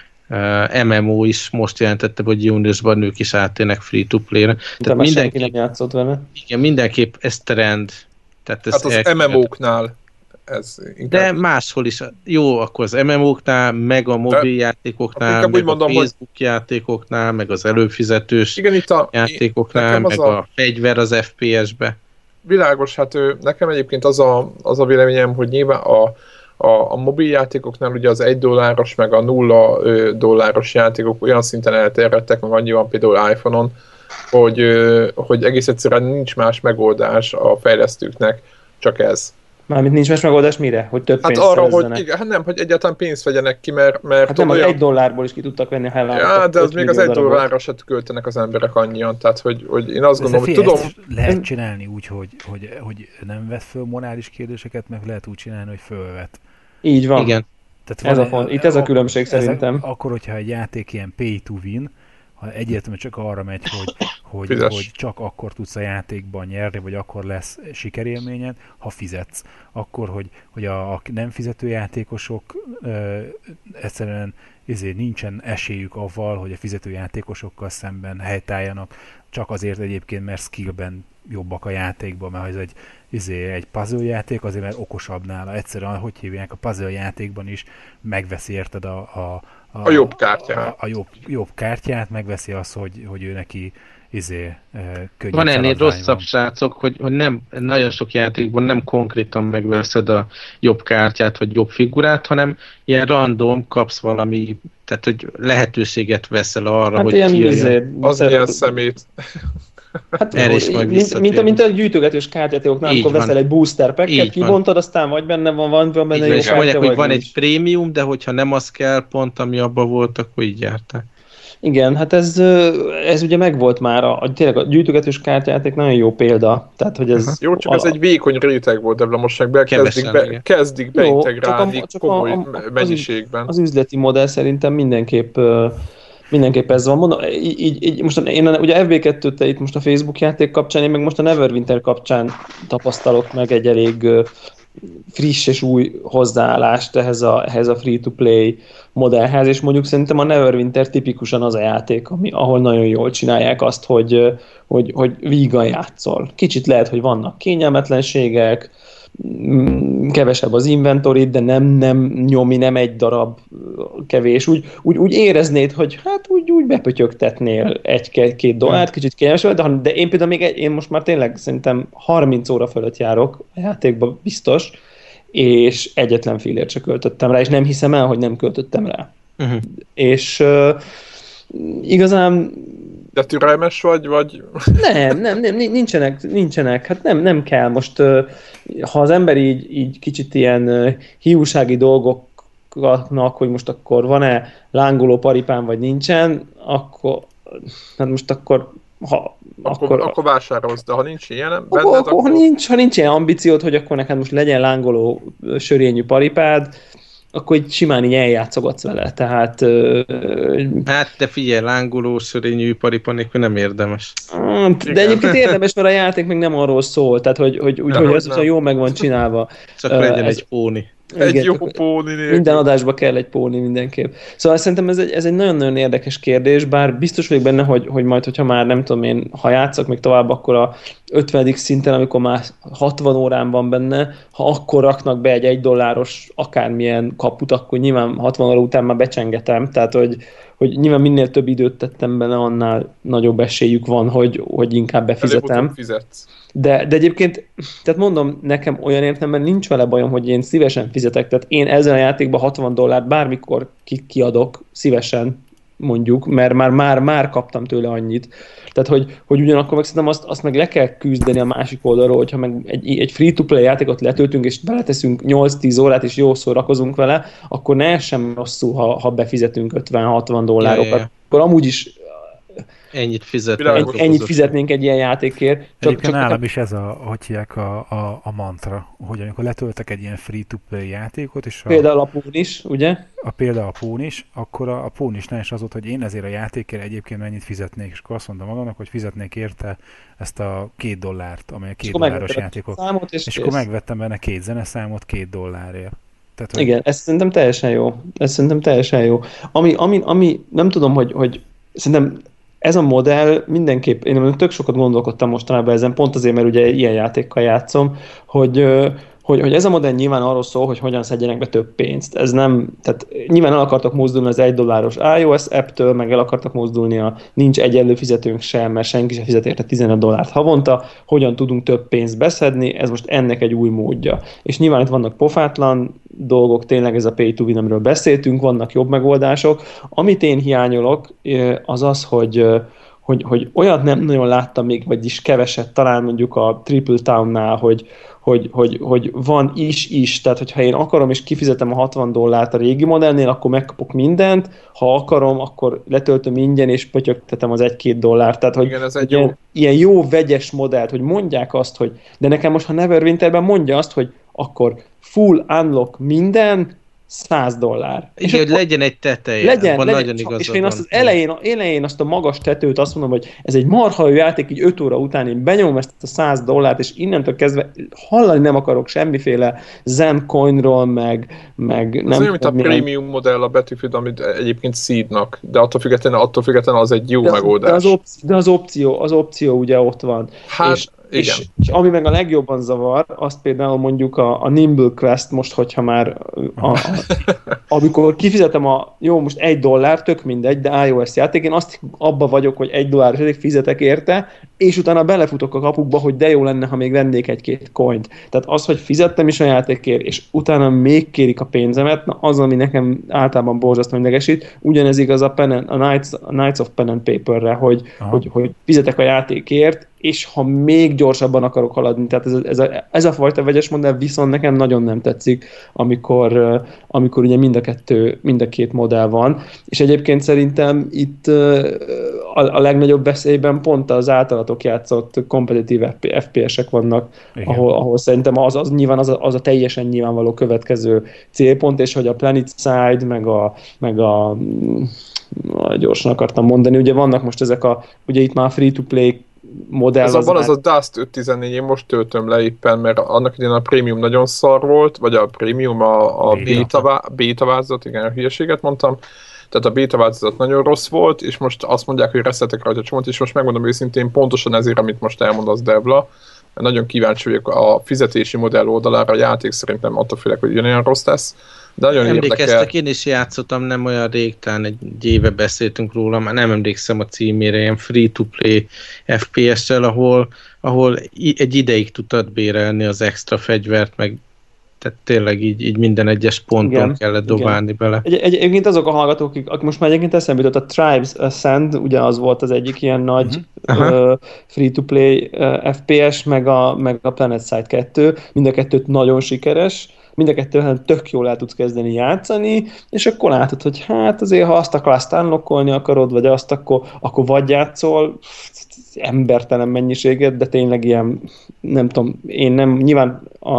uh, em em o is most jelentette, hogy júniusban ők is áttérnek free-to-play-re. Tehát mindenki nem játszott vele. Igen, mindenképp ez trend. Tehát ez hát az em em o-knál ez inkább... De máshol is. Jó, akkor az em em o-knál, meg a mobiljátékoknál, meg a mondom, Facebook hogy... játékoknál, meg az előfizetős igen, itt a... játékoknál, meg a... a fegyver az ef pé es-be. Világos, hát ő, nekem egyébként az a, az a véleményem, hogy nyilván a, a, a mobiljátékoknál ugye az egy dolláros, meg a nulla dolláros játékok olyan szinten elterjedtek, meg annyi van például iPhone-on, hogy, hogy egész egyszerűen nincs más megoldás a fejlesztőknek, csak ez. Mármint nincs más megoldás mire? Hogy több hát pénzt arra, hogy igen, hát nem, hogy egyáltalán pénzt vegyenek ki, mert... mert hát nem, olyan... egy dollárból is ki tudtak venni a hellámat. Ja, de az még az egy dollárra se költenek az emberek annyian, tehát hogy, hogy én azt gondolom, hogy tudom... Lehet csinálni úgy, hogy, hogy, hogy nem vet föl morális kérdéseket, meg lehet úgy csinálni, hogy fölvet. Így van. Igen. Tehát ez a font. Itt ez a különbség szerintem. A, akkor, hogyha egy játék ilyen pay to win, ha egyértelműen csak arra megy, hogy, hogy, hogy csak akkor tudsz a játékban nyerni, vagy akkor lesz sikerélményed, ha fizetsz. Akkor, hogy, hogy a, a nem fizető játékosok ö, egyszerűen ezért nincsen esélyük avval, hogy a fizető játékosokkal szemben helytálljanak, csak azért egyébként, mert skillben jobbak a játékban, mert ez egy, izé, egy puzzle játék, azért mert okosabb nála. Egyszerűen, hogy hívják, a puzzle játékban is megveszi érted a, a, a, a jobb kártyát. A, a jobb, jobb kártyát, megveszi azt, hogy, hogy ő neki izé, könnyű van ennél rosszabb van. srácok, hogy, hogy nem, nagyon sok játékban nem konkrétan megveszed a jobb kártyát, vagy jobb figurát, hanem ilyen random kapsz valami, tehát hogy lehetőséget veszel arra, hát hogy ilyen izé, az ilyen szemét. Hát, erre is majd mint, mint, mint a gyűjtögetős kártyatékoknál, amikor veszel egy booster packet, kibontad, aztán vagy benne van, van, van benne jó kártya, mondják, vagy hogy van nincs. egy prémium, de hogyha nem az kell pont, ami abban volt, akkor így járták. Igen, hát ez, ez ugye megvolt már, a, a, tényleg a gyűjtögetős kártyajáték nagyon jó példa. Tehát, hogy ez jó, csak a, ez egy vékony réteg volt, de most meg be, kezdik, be, kezdik beintegrálni jó, komoly a, a, mennyiségben. Az, az üzleti modell szerintem mindenképp mindenképp ez van. Mondom, így, így, így most én ugye ef bé kettőt itt most a Facebook játék kapcsán, én meg most a Neverwinter kapcsán tapasztalok meg egy elég friss és új hozzáállást ehhez a, ehhez a free-to-play modellhez, és mondjuk szerintem a Neverwinter tipikusan az a játék, ami, ahol nagyon jól csinálják azt, hogy, hogy, hogy vígan játszol. Kicsit lehet, hogy vannak kényelmetlenségek, kevesebb az inventory, de nem, nem nyomi, nem egy darab kevés. Úgy, úgy, úgy éreznéd, hogy hát úgy, úgy bepötyögtetnél egy-két dollárt, kicsit kényelmes, de, de én például még egy, én most már tényleg szerintem harminc óra fölött járok a játékba biztos, és egyetlen fillért se költöttem rá, és nem hiszem el, hogy nem költöttem rá. Uh-huh. És uh, igazán de türelmes vagy, vagy? Nem, nem, nem, nincsenek, nincsenek, hát nem, nem kell. Most, ha az ember így, így kicsit ilyen hiúsági dolgoknak, hogy most akkor van-e lángoló paripán, vagy nincsen, akkor, hát most akkor, ha, akkor, akkor, akkor vásárolsz, de ha nincs ilyen, benned, akkor, akkor... Ha, nincs, ha nincs ilyen ambíciód, hogy akkor neked most legyen lángoló sörényű paripád, akkor így simán így eljátszogatsz vele, tehát... Uh, hát, de figyelj, lángoló, sörényű paripa nélkül nem érdemes. De egyébként érdemes, mert a játék még nem arról szól, tehát hogy, hogy, úgy, hogy az, hogy jól meg van csinálva. Csak uh, legyen ez, egy póni. Egy igen, jó póni nélkül. Minden adásba kell egy póni mindenképp. Szóval szerintem ez egy, ez egy nagyon-nagyon érdekes kérdés, bár biztos vagyok benne, hogy, hogy majd, hogyha már nem tudom én, ha játszok még tovább, akkor a ötvenedik szinten, amikor már hatvan órán van benne, ha akkor raknak be egy egy dolláros akármilyen kaput, akkor nyilván hatvan óra után már becsengetem, tehát hogy, hogy nyilván minél több időt tettem bele, annál nagyobb esélyük van, hogy, hogy inkább befizetem. De, de egyébként, tehát mondom, nekem olyan értelemben nincs vele bajom, hogy én szívesen fizetek, tehát én ezzel a játékban hatvan dollárt bármikor ki- kiadok, szívesen mondjuk, mert már, már, már kaptam tőle annyit. Tehát, hogy, hogy ugyanakkor meg szerintem azt, azt meg le kell küzdeni a másik oldalról, hogyha meg egy, egy free-to-play játékot letöltünk, és beleteszünk nyolc-tíz órát, és jó szórakozunk vele, akkor ne sem rosszul, ha, ha befizetünk ötven-hatvan dollárokat. Ja, ja, ja. Akkor amúgy is ennyit fizetnénk. Egy, ennyit fizetnénk egy ilyen játékért. Csak, Egyébként csak nálam nekem... is ez a, hogy hívják, a, a, a mantra, hogy amikor letöltek egy ilyen free-to-play játékot, és a, például a Pón is, ugye? A például a Pón is, akkor a, a Pón isnál is az volt, hogy én ezért a játékért egyébként mennyit fizetnék, és akkor azt mondtam magamnak, hogy fizetnék érte ezt a két dollárt, amely a két dolláros játékok. És, és, és akkor megvettem benne két zeneszámot két dollárért. Tehát, igen, hogy... ez szerintem teljesen jó. Ez szerintem teljesen jó. Ami, ami, ami nem tudom, hogy, hogy szerintem ez a modell mindenképp, én tök sokat gondolkodtam mostanában ezen, pont azért, mert ugye ilyen játékkal játszom, hogy, hogy, hogy ez a modell nyilván arról szól, hogy hogyan szedjenek be több pénzt. Ez nem, tehát nyilván el akartak mozdulni az egy dolláros iOS apptől, meg el akartak mozdulni a nincs egyenlő fizetőnk sem, mert senki sem fizet érte tizenöt dollárt havonta, hogyan tudunk több pénzt beszedni, ez most ennek egy új módja. És nyilván itt vannak pofátlan dolgok, tényleg ez a pay to win, amiről beszéltünk, vannak jobb megoldások. Amit én hiányolok, az az, hogy Hogy, hogy olyat nem nagyon láttam még, vagyis keveset, talán mondjuk a Triple Townnál, hogy, hogy, hogy, hogy van is-is, tehát hogyha én akarom és kifizetem a hatvan dollárt a régi modellnél, akkor megkapok mindent, ha akarom, akkor letöltöm ingyen és pötyögtetem az egy-két dollárt. Tehát, hogy igen, ez egy ilyen, jó. ilyen jó vegyes modellt, hogy mondják azt, hogy de nekem most, ha Neverwinterben mondja azt, hogy akkor full unlock minden, száz dollár. És hogy legyen egy teteje. Legyen, legyen nagyon igazad és én azt az elején, elején azt a magas tetőt azt mondom, hogy ez egy marha jó játék, így öt óra után én benyomom ezt a száz dollárt, és innentől kezdve hallani nem akarok semmiféle Zen coinról, meg, meg ez nem... olyan, mint a milyen... premium modell a Battlefield, amit egyébként seednak, de attól függetlenül, attól függetlenül az egy jó de az, megoldás. De az, opció, de az opció, az opció ugye ott van. Hát, és És, és ami meg a legjobban zavar, azt például mondjuk a, a Nimble Quest most, hogyha már a, a, amikor kifizetem a, jó, most egy dollár, tök mindegy, de iOS játék, én azt abba vagyok, hogy egy dollár és fizetek érte, és utána belefutok a kapukba, hogy de jó lenne, ha még vennék egy-két coint. Tehát az, hogy fizettem is a játékért, és utána még kérik a pénzemet, na az, ami nekem általában borzasztóan idegesít. Ugyanez igaz a, pen and, a, Knights, a Knights of Pen and Paperre, hogy, hogy, hogy fizetek a játékért, és ha még gyorsabban akarok haladni, tehát ez a, ez a, ez a fajta vegyes modell viszont nekem nagyon nem tetszik, amikor, amikor ugye mind a, kettő, mind a két modell van, és egyébként szerintem itt a, a legnagyobb veszélyben pont az általatok játszott kompetitív ef pé esek vannak, ahol, ahol szerintem az, az nyilván az a, az a teljesen nyilvánvaló következő célpont, és hogy a PlanetSide, meg a, meg a gyorsan akartam mondani, ugye vannak most ezek a, ugye itt már free-to-play modell. Ez az abban már... az a Dust ötszáztizennégy, én most töltöm le éppen, mert annak idén a prémium nagyon szar volt, vagy a prémium, a, a beta, beta változat, igen, a hülyeséget mondtam, tehát a beta változat nagyon rossz volt, és most azt mondják, hogy reszettek rajta csomót, és most megmondom őszintén, pontosan ezért, amit most elmondasz, Devla, mert nagyon kíváncsi vagyok a fizetési modell oldalára, a játék szerintem attól félek, hogy ugyanolyan rossz lesz. De nagyon emlékeztek, érdekel. Én is játszottam, nem olyan rég, talán egy éve beszéltünk róla, már nem emlékszem a címére, ilyen free-to-play ef pé es-sel, ahol, ahol egy ideig tudtad bérelni az extra fegyvert, meg tehát tényleg így, így minden egyes ponton igen, kellett dobálni igen. bele. Egy, egy, egyébként azok a hallgatók, akik most már egyébként eszembe jutott, a Tribes Ascend, ugye az volt az egyik ilyen nagy uh-huh. uh, free-to-play uh, ef pé es, meg a, meg a PlanetSide kettő, mind a kettőt nagyon sikeres, mind a kettően tök jól el tudsz kezdeni játszani, és akkor látod, hogy hát azért, ha azt a class-t unlockolni akarod, vagy azt, akkor, akkor vagy játszol embertelen mennyiséget, de tényleg ilyen, nem tudom, én nem, nyilván a,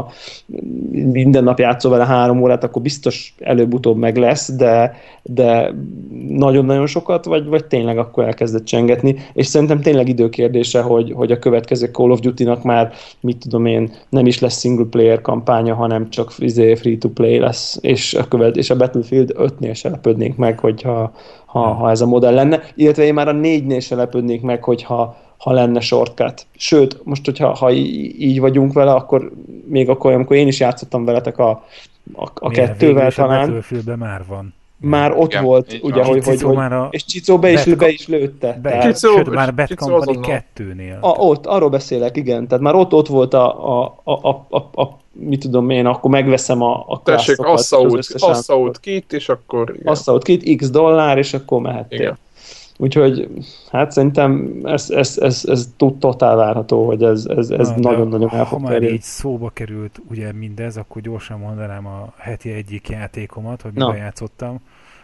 minden nap játszol vele három órát, akkor biztos előbb-utóbb meg lesz, de, de nagyon-nagyon sokat, vagy, vagy tényleg akkor elkezdett csengetni, és szerintem tényleg időkérdése, hogy, hogy a következő Call of Duty-nak már, mit tudom én, nem is lesz single player kampánya, hanem csak free-to-play lesz, és a, követ, és a Battlefield ötnél se lepődnénk meg, hogyha ha, ha ez a modell lenne, illetve én már a négynél se lepődnék meg, hogyha ha lenne shortcut. Sőt, most, hogyha ha így vagyunk vele, akkor még akkor, amikor én is játszottam veletek a, a, a kettővel talán. A Battlefieldben már van. Már ott igen, volt, ugye, hogy, hogy, hogy a és Csicó be is, be is lőtte. Be, tehát, Csicó, sőt, már a Bad Company kettőnél. A, ott, arról beszélek, igen. Tehát már ott, ott volt a, a, a, a, a, a mit tudom én, akkor megveszem a, a tessék, Assault kit, és akkor... Assault kit, x dollár, és akkor mehettél. Igen. Úgyhogy hát szerintem ez, ez, ez, ez totál várható, hogy ez, ez, ez Na, nagyon-nagyon el fog terjedni. Ha már így szóba került ugye mindez, akkor gyorsan mondanám a heti egyik játékomat, hogy mivel játszottam.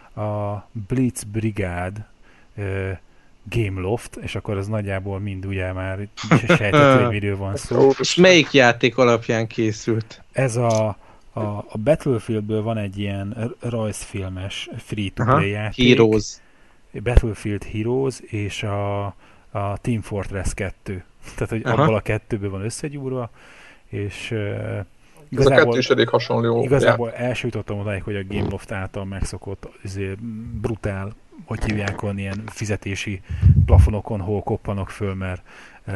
A Blitz Brigade uh, Gameloft, és akkor az nagyjából mind ugye már sejtett, hogy miről van szó. És melyik játék alapján készült? Ez a, a, a Battlefieldből van egy ilyen rajzfilmes free-to-play játék. Heroes. Battlefield Heroes és a, a Team Fortress kettő. Tehát, hogy Aha. abból a kettőből van összegyúrva, és uh, igazából, ez a kettő is elég hasonló. Igazából elsőjutottam odáig, hogy a Gameloft által megszokott brutál, hogy hívják, van ilyen fizetési plafonokon, hol koppanok föl, mert uh,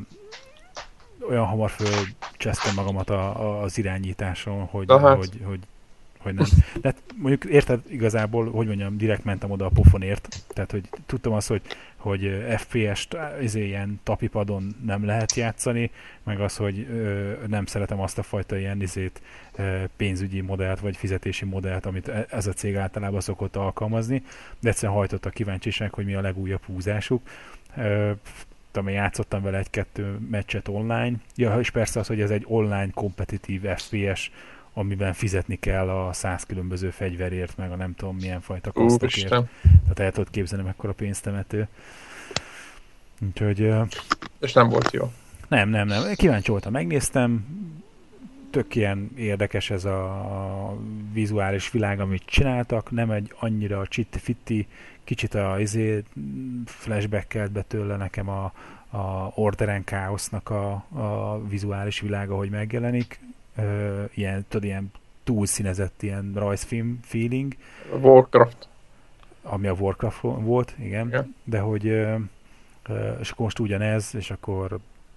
olyan hamar fölcsesztem magamat a, a, az irányításon, hogy, hát. hogy, hogy hogy nem. De mondjuk érted igazából, hogy mondjam, direkt mentem oda a pofonért, tehát hogy tudtam azt, hogy, hogy ef pé est izé, ilyen tapipadon nem lehet játszani, meg az, hogy ö, nem szeretem azt a fajta ilyen izét, ö, pénzügyi modellt, vagy fizetési modellt, amit ez a cég általában szokott alkalmazni, de egyszerűen hajtott a kíváncsiság, hogy mi a legújabb húzásuk. Ö, tudom, én játszottam vele egy-kettő meccset online, ja, és persze az, hogy ez egy online kompetitív ef pé es, amiben fizetni kell a száz különböző fegyverért, meg a nem tudom milyen fajta kosztokért. Tehát el tudod képzelni, mekkora pénztemető. Úgyhogy... És nem volt jó. Nem, nem, nem. Kíváncsi voltam, megnéztem. Tök ilyen érdekes ez a vizuális világ, amit csináltak. Nem egy annyira csitti-fitti, kicsit a izé, flashback-kelt be tőle nekem a, a Order and Chaosnak a, a vizuális világa, hogy megjelenik. Uh, ilyen, tudod, ilyen túlszínezett ilyen rajzfilm feeling. Warcraft. Ami a Warcraft volt, igen. igen. De hogy uh, uh, és akkor most ugyanez, és akkor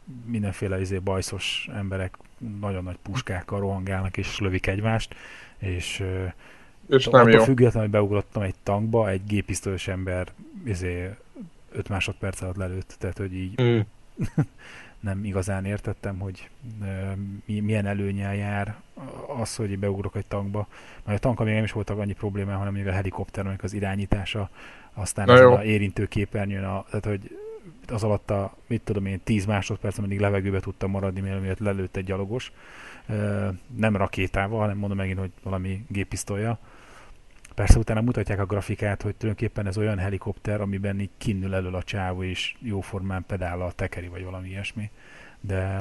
mindenféle izé bajszos emberek nagyon nagy puskákkal rohangálnak és lövik egymást, és, és nem attól jó. függetlenül, hogy beugrottam egy tankba, egy gépisztolyos ember izé öt másodperc alatt lelőtt, tehát hogy így mm. nem igazán értettem, hogy uh, milyen előnyel jár az, hogy beugrok egy tankba. Mert a tankkal még nem is voltak annyi probléma, hanem még a helikopternek az irányítása, aztán az a érintő képernyőn, a, tehát hogy az alatt a, mit tudom én, tíz másodperc, amíg levegőbe tudtam maradni, mielőtt lelőtt egy gyalogos. Uh, nem rakétával, hanem mondom megint, hogy valami géppisztolya. Persze utána mutatják a grafikát, hogy tulajdonképpen ez olyan helikopter, amiben így kinnül elől a csávó, és jóformán pedállal tekeri, vagy valami ilyesmi. De,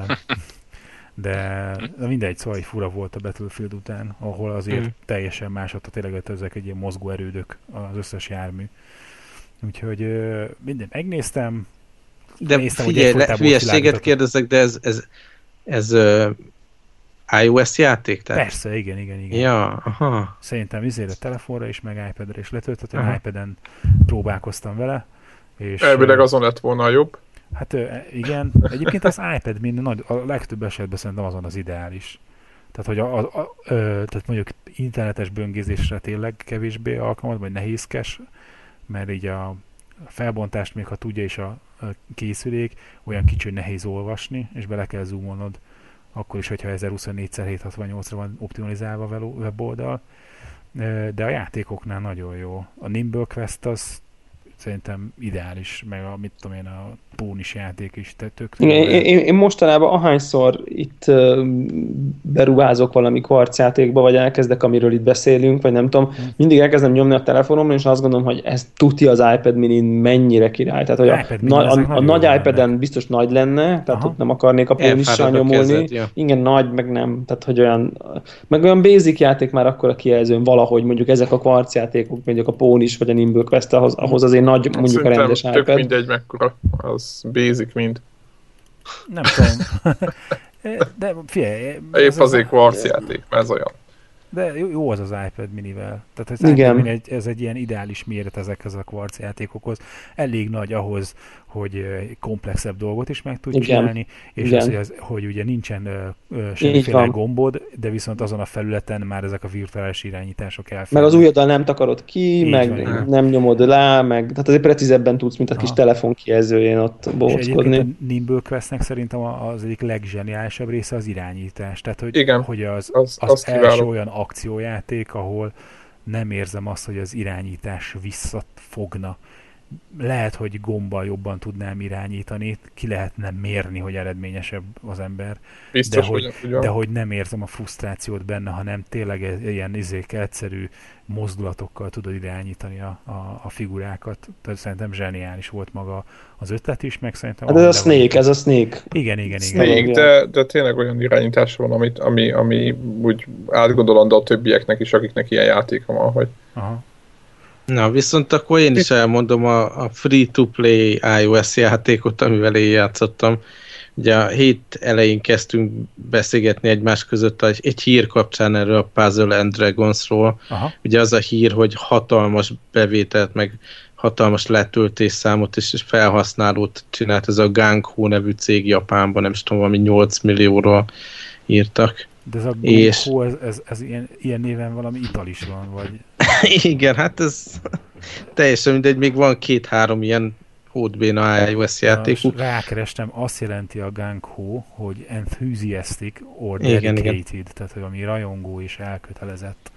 de, de mindegy, szóval fura volt a Battlefield után, ahol azért mm. teljesen másodta tényleg ezek egy ilyen mozgó erődök az összes jármű. Úgyhogy minden megnéztem. De néztem, figyelj, le, hülyeséget kérdezek, de ez, ez, ez uh, iOS játék? Tehát? Persze, igen, igen, igen. Ja, aha. Szerintem izére telefonra is, meg iPad-re is letöltöttem, iPad-en próbálkoztam vele. És elvileg azon lett volna a jobb. Hát igen, egyébként az iPad minden nagy, a legtöbb esetben szerintem azon az ideális. Tehát, hogy a, a, a, ö, tehát mondjuk internetes böngészésre tényleg kevésbé alkalmas, vagy nehézkes, mert így a felbontást még ha tudja is a, a készülék, olyan kicsi, hogy nehéz olvasni, és bele kell zoomolnod, akkor is, hogyha ezerhuszonnégy szer hétszázhatvannyolcra van optimalizálva a weboldal, de a játékoknál nagyon jó. A Nimble Quest az szerintem ideális, meg a, mit tudom én, a Pónis játék is tök. Igen, én, én, én mostanában ahányszor itt uh, beruházok valami kvarcjátékba, vagy elkezdek, amiről itt beszélünk, vagy nem tudom, hmm. mindig elkezdem nyomni a telefonomra, és azt gondolom, hogy ez tuti az iPad minin mennyire király. Tehát, hogy a, na, a, a, a nagy iPad-en biztos nagy lenne, tehát Aha. ott nem akarnék a Pónissal nyomulni. Kezed, ja. Igen, nagy, meg nem. Tehát, hogy olyan, meg olyan basic játék már akkor a kijelzőn valahogy, mondjuk ezek a kvarcjátékok, mondjuk a Pónis, vagy a Nimble Quest, ahhoz, ahhoz azért nagy, mondjuk szerintem a rendes iPad. Tök mindegy mekkora, az basic mind. Nem tudom. De figyelj... Épp azért kvarc játék, mert ez olyan. De jó az az iPad minivel. Tehát az iPad mini egy, ez egy ilyen ideális méret ezekhez a kvarc játékokhoz. Elég nagy ahhoz, hogy komplexebb dolgot is meg tudj csinálni, és az, hogy, az, hogy ugye nincsen uh, semmiféle gombod, de viszont azon a felületen már ezek a virtuális irányítások elfelelnek. Meg az ujjaddal nem takarod ki, így meg van, nem nyomod le, meg tehát azért precízebben tudsz, mint a kis telefon kijelzőjén ott bohóckodni. És a Nimble Questnek szerintem az egyik legzseniálisabb része az irányítás. Tehát, hogy, igen, hogy az, az, az, az első olyan akciójáték, ahol nem érzem azt, hogy az irányítás visszafogna. Lehet, hogy gombbal jobban tudnám irányítani, ki lehetne mérni, hogy eredményesebb az ember, biztos, de, hogy, hogy de hogy nem érzem a frusztrációt benne, hanem tényleg ilyen izék, egyszerű mozdulatokkal tudod irányítani a, a, a figurákat. Tehát szerintem zseniális volt maga az ötlet is, meg szerintem... Hát ez a Snake, ez a Snake. Igen, igen, Snake, igen. De, de tényleg olyan irányítás van, amit, ami, ami úgy átgondolandó a többieknek is, akiknek ilyen játéka van, hogy... Aha. Na, viszont akkor én is elmondom a, a free-to-play iOS játékot, amivel én játszottam. Ugye a hét elején kezdtünk beszélgetni egymás között egy, egy hír kapcsán erről a Puzzle and Dragonsról. Aha. Ugye az a hír, hogy hatalmas bevételt, meg hatalmas letöltésszámot és felhasználót csinált ez a Gangho nevű cég Japánban, nem is tudom, valami nyolc millióról írtak. De ez a Gangho, és... ez, ez, ez ilyen, ilyen néven valami ital is van, vagy... Igen, hát ez teljesen mindegy, még van két-három ilyen hódbéna iOS játékuk. Rákerestem, azt jelenti a Gangho, hogy enthusiastic or dedicated, igen, igen. Tehát, hogy ami rajongó és elkötelezett.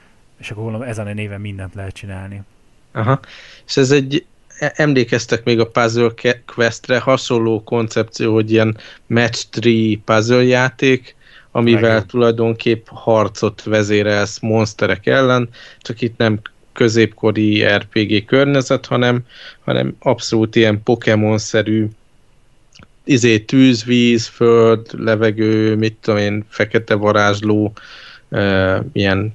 És akkor gondolom, ezen a néven mindent lehet csinálni. Aha, és ez egy, emlékeztek még a Puzzle Questre, hasonló koncepció, hogy ilyen match three puzzle játék, amivel Megint. tulajdonképp harcot vezérelsz monsterek ellen, csak itt nem középkori er pé gé környezet, hanem, hanem abszolút ilyen Pokémon-szerű izé, tűz, víz, föld, levegő, mit tudom én, fekete varázsló, e, ilyen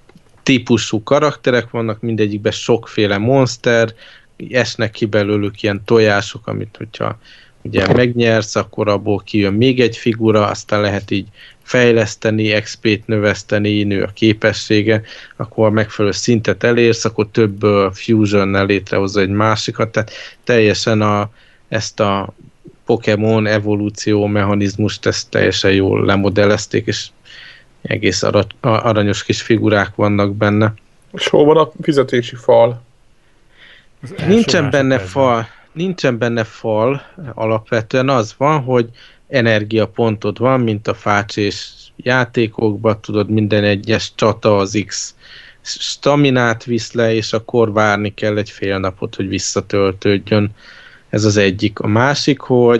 típusú karakterek vannak, mindegyikben sokféle monster, esnek ki belőlük ilyen tojások, amit hogyha ugye megnyersz, akkor abból kijön még egy figura, aztán lehet így fejleszteni, exp pét növeszteni, nő a képessége, akkor megfelelő szintet elérsz, akkor több fusionnel létrehozza egy másikat, tehát teljesen a, ezt a Pokémon evolúció mechanizmust ezt teljesen jól lemodellezték, és egész ara- aranyos kis figurák vannak benne. És hol van a fizetési fal? Nincsen benne fal, nincsen benne fal, alapvetően az van, hogy energiapontod van, mint a fácsés játékokban, tudod, minden egyes csata az X staminát visz le, és akkor várni kell egy fél napot, hogy visszatöltődjön. Ez az egyik. A másik, hogy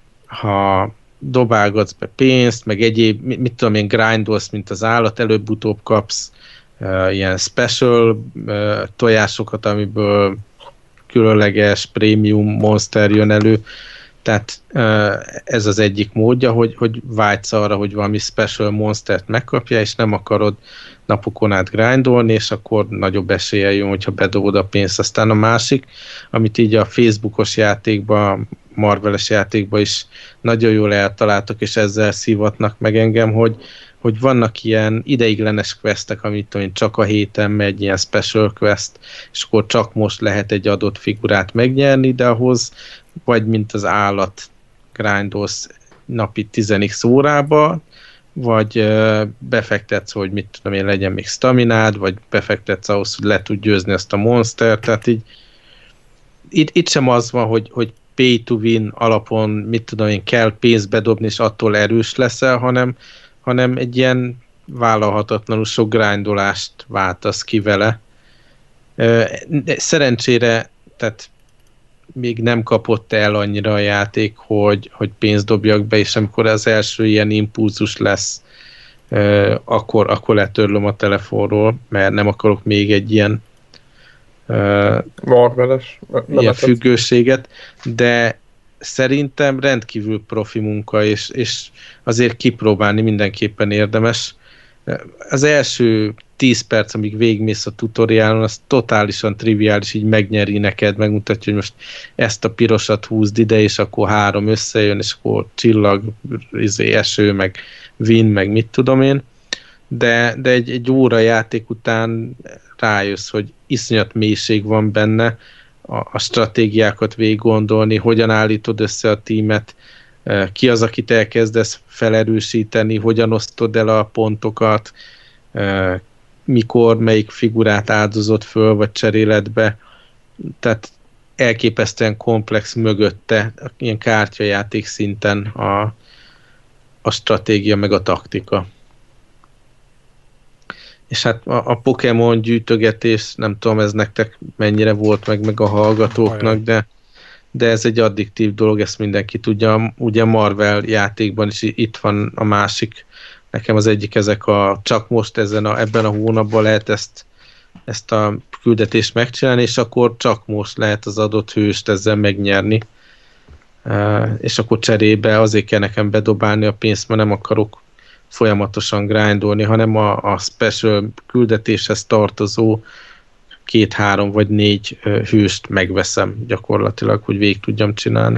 ha dobálgatsz be pénzt, meg egyéb, mit, mit tudom én, grindolsz, mint az állat, előbb-utóbb kapsz uh, ilyen special uh, tojásokat, amiből különleges prémium monster jön elő. Tehát uh, ez az egyik módja, hogy, hogy vágysz arra, hogy valami special monstert megkapja, és nem akarod napokon át grindolni, és akkor nagyobb eséllyel jön, hogyha bedobod a pénzt. Aztán a másik, amit így a Facebookos játékban, Marveles játékban is nagyon jól eltaláltak, és ezzel szívatnak meg engem, hogy, hogy vannak ilyen ideiglenes questek, amit én csak a héten megy, ilyen special quest, és akkor csak most lehet egy adott figurát megnyerni, de ahhoz vagy mint az állat grindolsz napi tíz x órába, vagy uh, befektetsz, hogy mit tudom én, legyen még staminád, vagy befektetsz ahhoz, hogy le tud győzni ezt a monstert, tehát így itt, itt sem az van, hogy, hogy pay to win alapon, mit tudom én, kell pénzt bedobni, és attól erős leszel, hanem, hanem egy ilyen vállalhatatlanul sok grindolást váltasz ki vele. Uh, szerencsére, tehát még nem kapott el annyira a játék, hogy, hogy pénzt dobjak be, és amikor az első ilyen impulzus lesz, euh, akkor, akkor letörlöm a telefonról, mert nem akarok még egy ilyen euh, Marveles ilyen függőséget, de szerintem rendkívül profi munka, és, és azért kipróbálni mindenképpen érdemes. Az első tíz perc, amíg végigmész a tutoriálon, az totálisan triviális, így megnyeri neked, megmutatja, hogy most ezt a pirosat húzd ide, és akkor három összejön, és akkor csillag, izé, eső, meg win, meg mit tudom én. De, de egy, egy óra játék után rájössz, hogy iszonyat mélység van benne, a, a stratégiákat végig gondolni, hogyan állítod össze a tímet, ki az, akit elkezdesz felerősíteni, hogyan osztod el a pontokat, mikor, melyik figurát áldozott föl, vagy cseréled be. Tehát elképesztően komplex mögötte, ilyen kártyajáték szinten a, a stratégia, meg a taktika. És hát a, a Pokémon gyűjtögetés, nem tudom, ez nektek mennyire volt meg, meg a hallgatóknak, de de ez egy addiktív dolog, ezt mindenki tudja. Ugye Marvel játékban is itt van a másik, nekem az egyik ezek a, csak most ezen a, ebben a hónapban lehet ezt, ezt a küldetést megcsinálni, és akkor csak most lehet az adott hőst ezzel megnyerni. Uh, és akkor cserébe azért kell nekem bedobálni a pénzt, mert nem akarok folyamatosan grindolni, hanem a, a special küldetéshez tartozó két-három vagy négy hőst megveszem gyakorlatilag, hogy végig tudjam csinálni.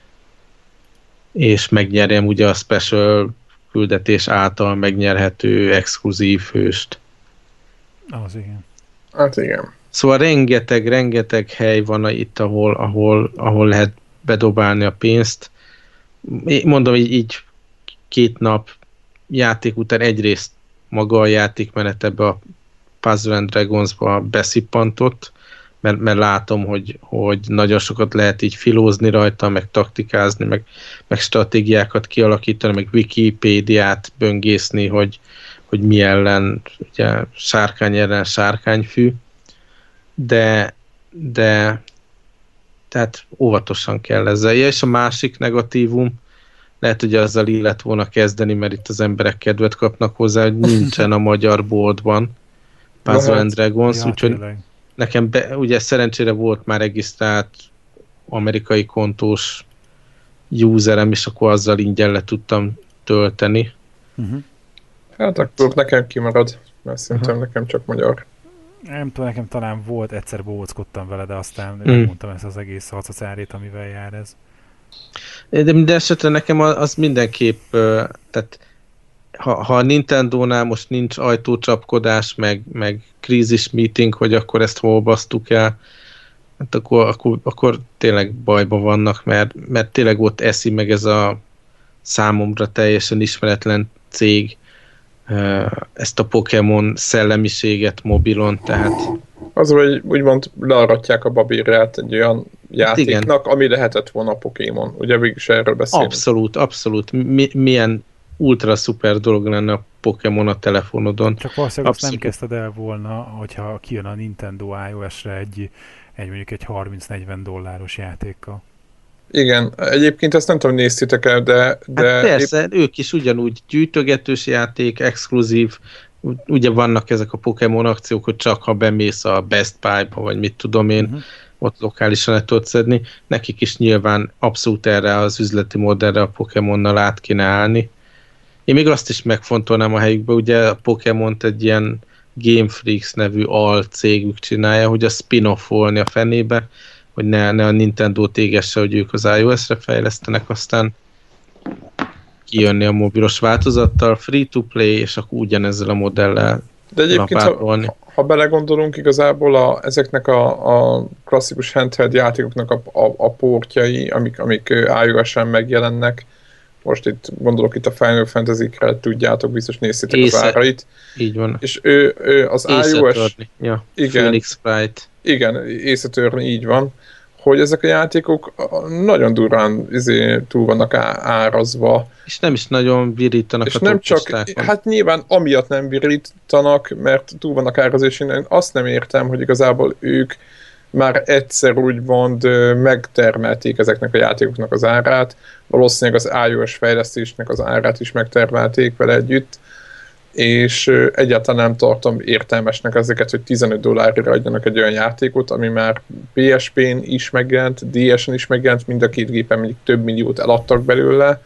És megnyerjem ugye a special küldetés által megnyerhető exkluzív hőst. Az igen. Hát igen. Szóval rengeteg, rengeteg hely van itt, ahol, ahol, ahol lehet bedobálni a pénzt. Mondom, így, így két nap játék után egyrészt maga a játékmenet ebbe a Puzzle and Dragons-ba beszippantott, mert, mert látom, hogy, hogy nagyon sokat lehet így filózni rajta, meg taktikázni, meg, meg stratégiákat kialakítani, meg Wikipédiát böngészni, hogy, hogy mi ellen, ugye sárkány ellen sárkányfű, de, de tehát óvatosan kell ezzel. Ja, és a másik negatívum, lehet, hogy azzal illet volna kezdeni, mert itt az emberek kedvet kapnak hozzá, hogy nincsen a magyar boltban Puzzle and Dragons, ja, úgyhogy tényleg. Nekem be, ugye szerencsére volt már regisztrált amerikai kontós userem, és akkor azzal ingyen le tudtam tölteni. Uh-huh. Hát akkor nekem kimarad, mert szerintem uh-huh. nekem csak magyar. Nem tudom, nekem talán volt, egyszer bóckodtam vele, de aztán mm. nem mondtam ezt az egész harcacárét, amivel jár ez. De minden esetre nekem az mindenképp, tehát ha, ha a Nintendónál most nincs ajtócsapkodás, meg, meg krízis meeting, hogy akkor ezt hol basztuk el, hát akkor, akkor, akkor tényleg bajban vannak, mert, mert tényleg ott eszi meg ez a számomra teljesen ismeretlen cég ezt a Pokémon szellemiséget mobilon, tehát... Az, hogy úgymond learatják a babírját egy olyan játéknak, hát ami lehetett volna a Pokémon. Ugye mégis erről beszélünk. Abszolút, abszolút. Mi, milyen ultra szuper dolog lenne a Pokémon a telefonodon. Csak valószínűleg azt nem kezdted el volna, hogyha kijön a Nintendo iOS-re egy, egy mondjuk egy harminc-negyven dolláros játékkal. Igen, egyébként ezt nem tudom, néztétek el, de... de hát persze, épp... ők is ugyanúgy gyűjtögetős játék, exkluzív, ugye vannak ezek a Pokémon akciók, hogy csak ha bemész a Best Buy-ba, vagy mit tudom én, uh-huh. ott lokálisan le tudod szedni. Nekik is nyilván abszolút erre az üzleti modellre a Pokémonnal át kéne állni. Én még azt is megfontolnám a helyükbe, ugye a Pokémont egy ilyen Game Freaks nevű alcégük csinálja, hogy a spin-offolni a fenébe, hogy ne, ne a Nintendo tégesse, hogy ők az iOS-re fejlesztenek, aztán kijönni a mobilos változattal, free-to-play, és akkor ugyanezzel a modellel. De egyébként, ha, ha belegondolunk, igazából a, ezeknek a, a klasszikus handheld játékoknak a, a, a portjai, amik, amik iOS-en megjelennek, most itt gondolok itt a Final Fantasy-kre, tudjátok, biztos néztétek Ace, az árait. Így van. És ő, ő az Ace iOS... Ja, igen, Phoenix Sprite. Igen, Ace Attorney, így van, hogy ezek a játékok nagyon durván izé, túl vannak árazva. És nem is nagyon virítanak és a nem csak, listákon. Hát nyilván amiatt nem virítanak, mert túl vannak árazva, és én azt nem értem, hogy igazából ők már egyszer úgymond megtermelték ezeknek a játékoknak az árát, valószínűleg az iOS fejlesztésnek az árát is megtermelték vele együtt, és egyáltalán nem tartom értelmesnek ezeket, hogy tizenöt dollárra adjanak egy olyan játékot, ami már pé es pén is megjelent, dé es-en is megjelent, mind a két gépen mondjuk több milliót eladtak belőle,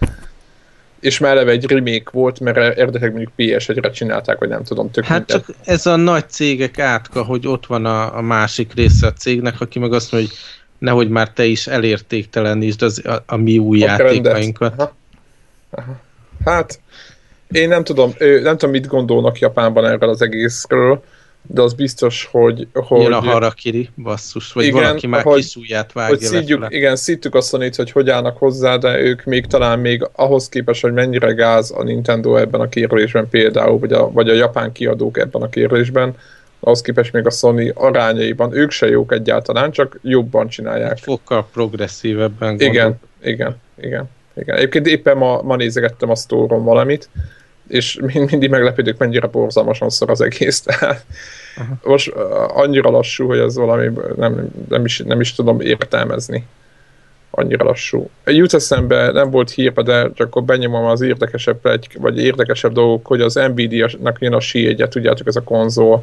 és már eleve egy remake volt, mert eredetileg mondjuk pé es egyre csinálták, vagy nem tudom, tök Hát minden. csak ez a nagy cégek átka, hogy ott van a, a másik része a cégnek, aki meg azt mondja, hogy nehogy már te is elértéktelenítsd az, a, a mi új a játékainkat. Aha. Aha. Hát én nem tudom, nem tudom, mit gondolnak Japánban erről az egészről, de az biztos, hogy... hogy jön a harakiri, basszus, vagy igen, valaki már hogy, kis ujját vágja hogy szídjuk, igen, szídtük azt a nét, hogy hogy állnak hozzá, de ők még talán még ahhoz képest, hogy mennyire gáz a Nintendo ebben a kérdésben például, vagy a, vagy a japán kiadók ebben a kérdésben, ahhoz képest még a Sony arányaiban ők se jók egyáltalán, csak jobban csinálják. Fokkal progresszívebben gondolom. Igen, igen, igen. igen. Egyébként éppen ma, ma nézegettem a sztóron valamit, és mind, mindig meglepődök, mennyire borzalmasan szar az egész. Tehát most annyira lassú, hogy ez valami nem, nem, is, nem is tudom értelmezni. Annyira lassú. Jut eszembe, nem volt hírba, de csak akkor benyomom az érdekesebb, egy, vagy érdekesebb dolgok, hogy az Nvidia-nak jön a síegye, tudjátok, ez a konzol,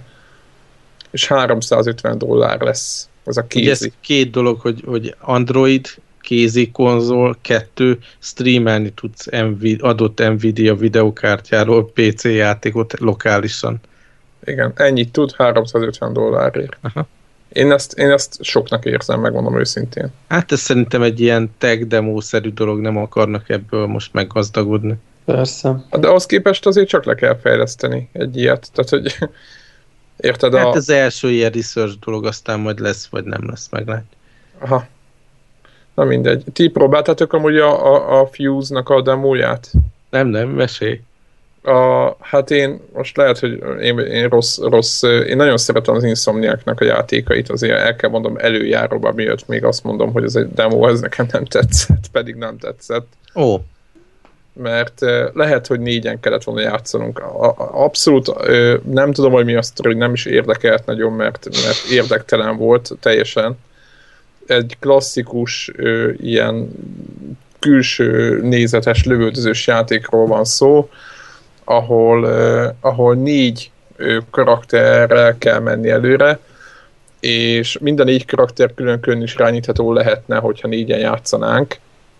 és háromszázötven dollár lesz ez a kézi. Ez két dolog, hogy, hogy Android kézi konzol, kettő, streamelni tudsz adott Nvidia videokártyáról pé cé játékot lokálisan. Igen, ennyit tud, háromszázötven dollárért. Aha. Én ezt, én ezt soknak érzem, megmondom őszintén. Hát ez szerintem egy ilyen tech demo-szerű dolog, nem akarnak ebből most meggazdagodni. Persze. De ahhoz képest azért csak le kell fejleszteni egy ilyet. Tehát, hogy érted hát a... az első ilyen research dolog, aztán majd lesz, vagy nem lesz, meglátjuk. Aha. Na mindegy. Ti próbáltátok amúgy a, a, a Fuse-nak a demóját? Nem, nem, mesélj. A, hát én most lehet, hogy én, én rossz, rossz, én nagyon szeretem az Insomniacnak a játékait, azért el kell mondom előjáróban, miatt még azt mondom, hogy ez egy demo, ez nekem nem tetszett, pedig nem tetszett. Ó. Mert lehet, hogy négyen kellett volna játszanunk. Abszolút nem tudom, hogy mi a sztori, nem is érdekelt nagyon, mert, mert érdektelen volt teljesen. Egy klasszikus ilyen külső nézetes lövöldözős játékról van szó, ahol, uh, ahol négy uh, karakterrel kell menni előre, és minden négy karakter külön-külön is irányítható lehetne, hogyha négyen játszanánk.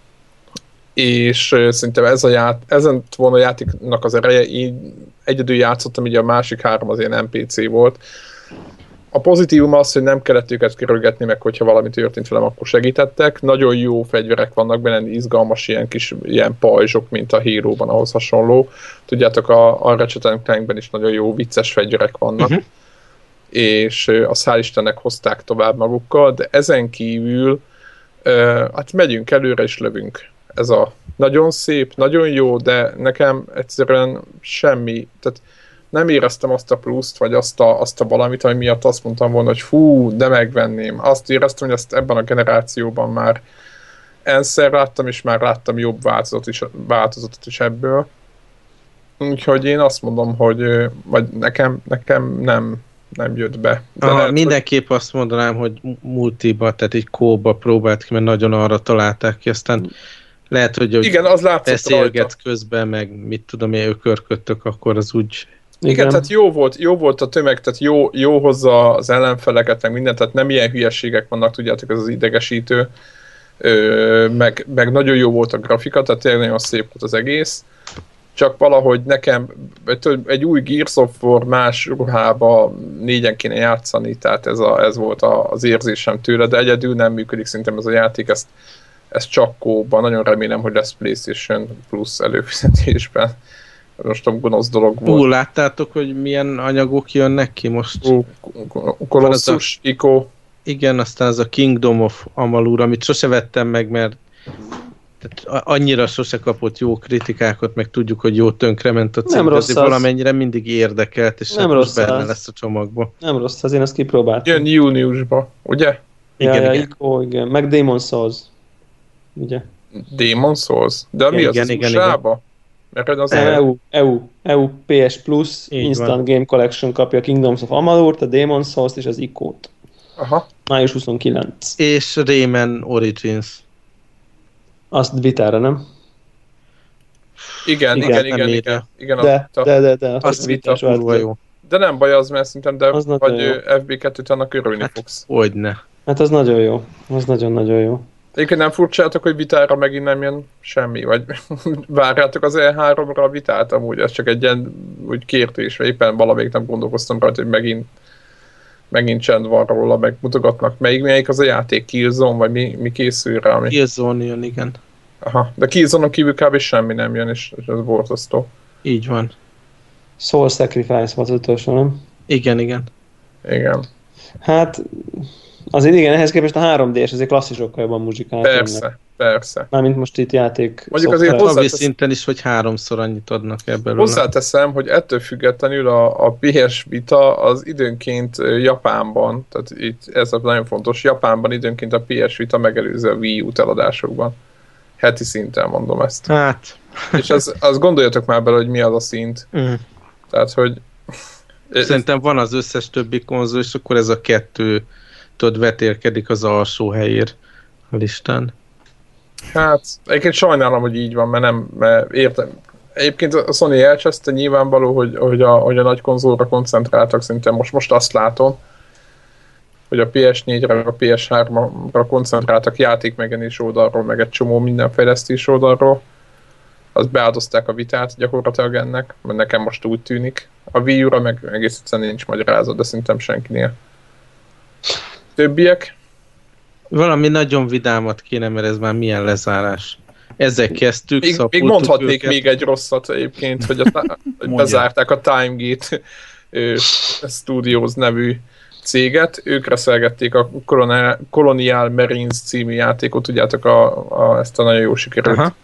És uh, szerintem ez a ját, ezen volna a játéknak az ereje, én egyedül játszottam, ugye a másik három az ilyen en pé cé volt. A pozitívum az, hogy nem kellett őket kerülgetni, meg hogyha valami történt velem, akkor segítettek. Nagyon jó fegyverek vannak benne, izgalmas ilyen kis ilyen pajzsok, mint a Hero-ban, ahhoz hasonló. Tudjátok, a, a Ratchet and Clank-ben is nagyon jó vicces fegyverek vannak. Uh-huh. és azt hál' Istennek hozták tovább magukkal, de ezen kívül hát megyünk előre és lövünk. Ez a nagyon szép, nagyon jó, de nekem egyszerűen semmi, tehát nem éreztem azt a pluszt, vagy azt a, azt a valamit, ami miatt azt mondtam volna, hogy fú, de megvenném. Azt éreztem, hogy ezt ebben a generációban már enszer láttam, és már láttam jobb változatot is, változatot is ebből. Úgyhogy én azt mondom, hogy vagy nekem, nekem nem, nem jött be. De Aha, lehet, mindenképp hogy... azt mondanám, hogy multiba, tehát egy kóba próbált ki, mert nagyon arra találták ki, aztán lehet, hogy, hogy igen, az beszélget közben, meg mit tudom én, ökörködtök, akkor az úgy... Igen, igen, tehát jó volt, jó volt a tömeg, tehát jó, jó hozza az ellenfeleket, meg mindent, tehát nem ilyen hülyeségek vannak, tudjátok, ez az idegesítő, ö, meg, meg nagyon jó volt a grafika, tehát tényleg nagyon szép volt az egész, csak valahogy nekem egy új Gears of War más ruhába négyen kéne játszani, tehát ez, a, ez volt a, az érzésem tőle, de egyedül nem működik szerintem ez a játék, ezt, ezt csak kóban, nagyon remélem, hogy lesz PlayStation Plus előfizetésben. Most a gonosz dolog volt. Ú, láttátok, hogy milyen anyagok jönnek ki most? Ú, Colossus, Ico. Igen, aztán az a Kingdom of Amalur, amit sose vettem meg, mert tehát annyira sose kapott jó kritikákat, meg tudjuk, hogy jó tönkrement a cím, de azért valamennyire mindig érdekelt, és nem hát rossz benne az. Lesz a csomagba. Nem rossz, az én ezt kipróbáltam. Jön júniusba, ugye? Igen, ja, igen. Ja, Ico, igen. Meg Demon's Souls. Ugye? Demon's Souls? De mi igen, az igen, az u es á-ba? Az E U, E U, E U pé es Plus így Instant van. Game Collection kapja a Kingdoms of Amalur-t, a Demon's Souls-t és az Ico-t. Aha. május huszonkilencedike. És Rayman Origins. Azt vitára, nem? Igen, igen, igen, igen, igen, igen. De, a, de, de, de. Azt vitás jó. De nem baj az, mert szerintem, de vagy ef bé kettőt annak örülni hát, fogsz. Hogyne. Hát az nagyon jó. Az nagyon-nagyon jó. Egyébként nem furcsátok, hogy vitára megint nem jön semmi, vagy várjátok az E háromra a vitát amúgy, ez csak egy ilyen úgy kérdés, vagy éppen valamelyik nem gondolkoztam rajta, hogy megint, megint csend van róla, meg mutogatnak. Melyik, melyik az a játék? Killzone, vagy mi, mi készül rá? Ami... Killzone jön, igen. Aha, de Killzone-on kívül kb. Semmi nem jön, és, és ez borzasztó. Így van. Soul Sacrifice volt az utolsó, nem? Igen, igen. Igen. Hát... Azért igen, ehhez képest a három dé-s azért klasszisokkal jobban muzsikál. Persze, jönnek. Persze. Mármint most itt játék. Mondjuk azért hozzátesz... szinten is, hogy háromszor annyit adnak ebből. Hozzáteszem, hogy ettől függetlenül a, a pé es Vita az időnként Japánban, tehát itt ez a nagyon fontos, Japánban időnként a pé es Vita megelőző a Wii U eladásokban. Heti szinten mondom ezt. Hát. És az, az gondoljatok már bele, hogy mi az a szint. Mm. Tehát, hogy... Szerintem van az összes többi konzol, és akkor ez a kettő tudod, vetélkedik az alsó helyér a listán. Hát, egyébként sajnálom, hogy így van, mert nem, mert értem. Egyébként a Sony elcseszte nyilvánvaló, hogy, hogy, a, hogy a nagy konzolra koncentráltak, szerintem most, most azt látom, hogy a pé es négyre, a pé es háromra koncentráltak játékmegjelenés oldalról, meg egy csomó minden fejlesztés oldalról. Azt beáldozták a vitát gyakorlatilag ennek, mert nekem most úgy tűnik. A Wii U-ra meg egész egyszerűen nincs magyarázat, de szerintem senkinél. Többiek? Valami nagyon vidámat kéne, mert ez már milyen lezárás. Ezzel kezdtük, még, még mondhatnék őket. Még egy rosszat egyébként, hogy, a, hogy bezárták a Timegate Studios nevű céget. Ők reszelgették a Colonial, Colonial Marines című játékot, tudjátok, a, a, ezt a nagyon jó sikerült uh,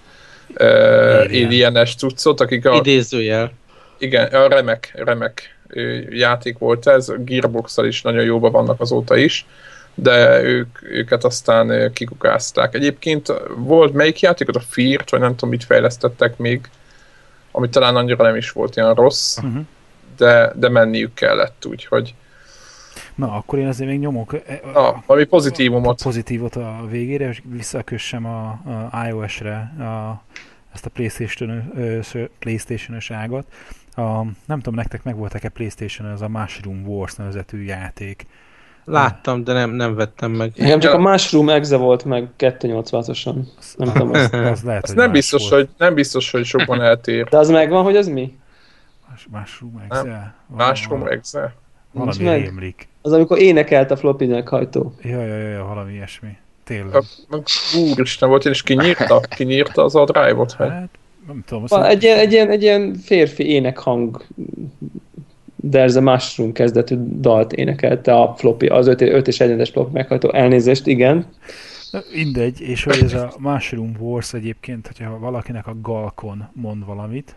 Alien-es cuccot, akik a... Idézőjel. Igen, a remek, remek játék volt ez, a Gearbox-szal is nagyon jóban vannak azóta is, de ők, őket aztán kikukázták. Egyébként volt melyik játékot, a Fear-t, vagy nem tudom, mit fejlesztettek még, ami talán annyira nem is volt ilyen rossz, uh-huh. de, de menniük kellett, úgyhogy... Na, akkor én azért még nyomok Na, valami pozitívumot. A pozitívot a végére, és visszakössem a, a iOS-re a, ezt a PlayStation-ös, PlayStation-ös ágat. A, nem tudom, nektek meg voltak-e PlayStation, az a Mushroom Wars nevezetű játék. Láttam, de nem, nem vettem meg. Igen, csak a Mushroom Exe volt meg kétszáznyolcvanosan. Nem tudom, azt, az lehet, hogy nem, biztos, hogy, nem biztos, hogy sokban eltér. De az megvan, hogy az mi? Mushroom Exe? Mushroom Exe? Valami rémlik. Az, amikor énekelt a floppy meghajtó. Jaj, jaj, jaj, valami ilyesmi. Tényleg. Úristen volt, és kinyírta? Kinyírta az a drive-ot? Hát, nem tudom. Egy ilyen, egy, ilyen, egy ilyen férfi énekhang There's a Mushroom kezdetű dalt énekelte a floppy, az öt és egyenes floppy meghajtó. Elnézést, igen. Mindegy, és hogy ez a Mushroom Wars egyébként, hogyha valakinek a Galkon mond valamit,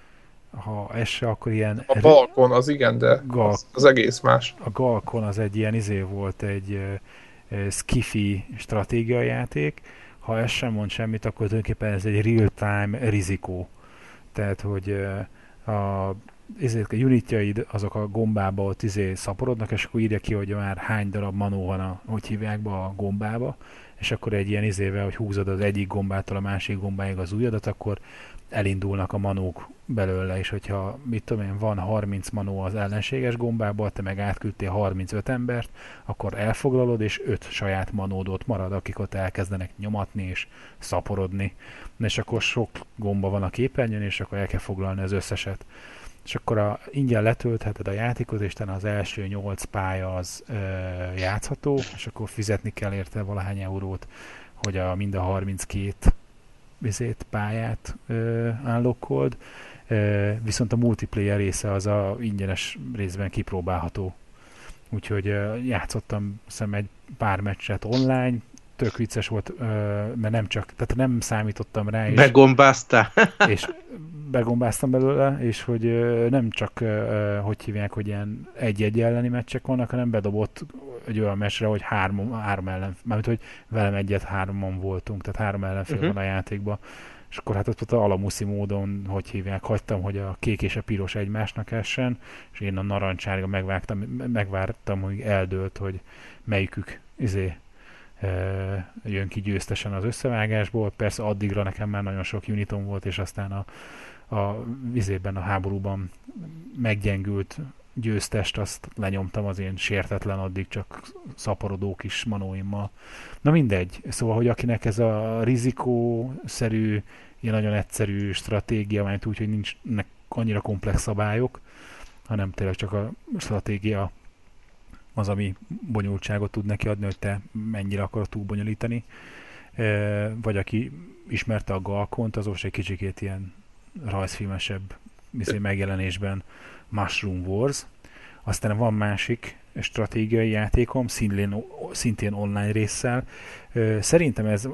ha ez se, akkor ilyen... A Balkon az igen, de Gal... az, az egész más. A Galkon az egy ilyen izé volt, egy uh, uh, skifi stratégiai játék. Ha ez sem mond semmit, akkor tulajdonképpen ez egy real-time rizikó. Tehát, hogy uh, a ezért a unitjaid azok a gombába ott izé szaporodnak, és akkor írja ki, hogy már hány darab manó van a, hogy hívják be a gombába, és akkor egy ilyen izével, hogy húzod az egyik gombától a másik gombáig az ujjadat, akkor elindulnak a manók belőle, és hogyha, mit tudom én, van harminc manó az ellenséges gombába, te meg átküldtél harmincöt embert, akkor elfoglalod, és öt saját manódot marad, akik ott elkezdenek nyomatni és szaporodni. És akkor sok gomba van a képernyőn, és akkor el kell foglalni az összeset. És akkor a, ingyen letöltheted a játékot, és talán az első nyolc pálya az ö, játszható, és akkor fizetni kell érte valahány eurót, hogy a mind a harminckét bizét, pályát ö, unlockold, ö, viszont a multiplayer része az a ingyenes részben kipróbálható. Úgyhogy ö, játszottam szem egy pár meccset online, tök vicces volt, ö, mert nem csak, tehát nem számítottam rá. És, Begombáztál? és begombáztam belőle, és hogy ö, nem csak, ö, hogy hívják, hogy ilyen egy-egy elleni meccsek vannak, hanem bedobott egy olyan meccsre, hogy három, három ellen, mármint, hogy velem egyet háromon voltunk, tehát három ellenfél uh-huh. van a játékban. És akkor hát ott a alamuszi módon, hogy hívják, hagytam, hogy a kék és a piros egymásnak essen, és én a narancsárga megvágtam, megvártam, hogy eldőlt, hogy melyikük izé, e, jön ki győztesen az összevágásból. Persze addigra nekem már nagyon sok unitom volt, és aztán a, a vizében, a háborúban meggyengült győztest, azt lenyomtam az én sértetlen, addig csak szaporodó kis manóimmal. Na mindegy, szóval, hogy akinek ez a rizikószerű, ilyen nagyon egyszerű stratégia, mert úgy, hogy nincsnek annyira komplex szabályok, hanem tényleg csak a stratégia az, ami bonyolultságot tud neki adni, hogy te mennyire akarod túl bonyolítani. Vagy aki ismerte a Galkont, az most egy kicsikét ilyen rajzfilmesebb megjelenésben Mushroom Wars. Aztán van másik stratégiai játékom, szintén, szintén online résszel. Szerintem ez,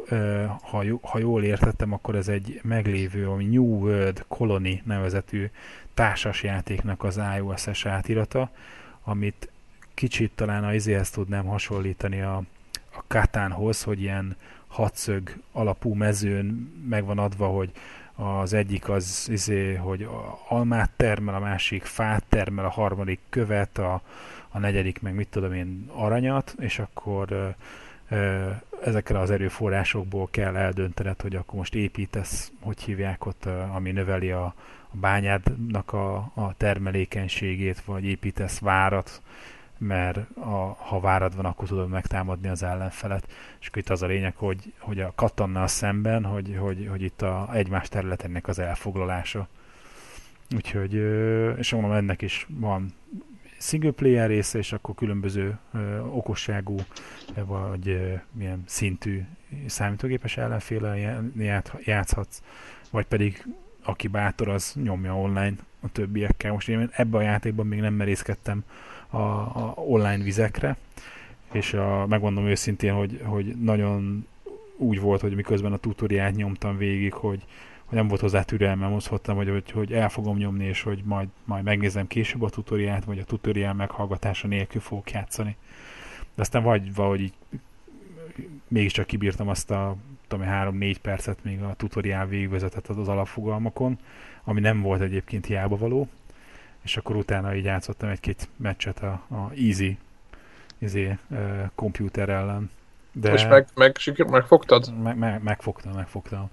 ha jól értettem, akkor ez egy meglévő, ami New World Colony nevezetű társas játéknak az iOS-es átirata, amit kicsit talán az izéhez tudnám hasonlítani a, a Catánhoz, hogy ilyen hatszög alapú mezőn megvan adva, hogy az egyik az, izé, hogy almát termel, a másik fát termel, a harmadik követ, a, a negyedik meg mit tudom én aranyat, és akkor ö, ö, ezekkel az erőforrásokból kell eldöntened, hogy akkor most építesz, hogy hívják ott, ö, ami növeli a, a bányádnak a, a termelékenységét, vagy építesz várat, mert a, ha várad van, akkor tudod megtámadni az ellenfelet. És akkor itt az a lényeg, hogy, hogy a Katannal szemben, hogy, hogy, hogy itt a egymás területének az elfoglalása. Úgyhogy, és mondom, ennek is van single player része, és akkor különböző ö, okosságú, vagy ö, milyen szintű számítógépes ellenféle játszhatsz, vagy pedig aki bátor, az nyomja online a többiekkel. Most én ebben a játékban még nem merészkedtem a, a online vizekre, és a, megmondom őszintén, hogy, hogy nagyon úgy volt, hogy miközben a tutoriát nyomtam végig, hogy, hogy nem volt hozzá türelmem, azt mondtam, hogy, hogy, hogy el fogom nyomni, és hogy majd, majd megnézem később a tutoriát, vagy a tutoriál meghallgatása nélkül fogok játszani. De aztán vagy valahogy így mégiscsak kibírtam azt a tudom, három-négy percet még a tutoriál végigvezetett az alapfogalmakon, ami nem volt egyébként hiába való, és akkor utána így játszottam egy-két meccset a, a Easy izé, uh, komputer ellen. De és meg, meg, megfogtad? Meg, meg, megfogtam, megfogtam.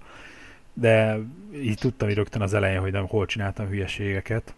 De így tudtam így rögtön az elején, hogy nem hol csináltam hülyeségeket,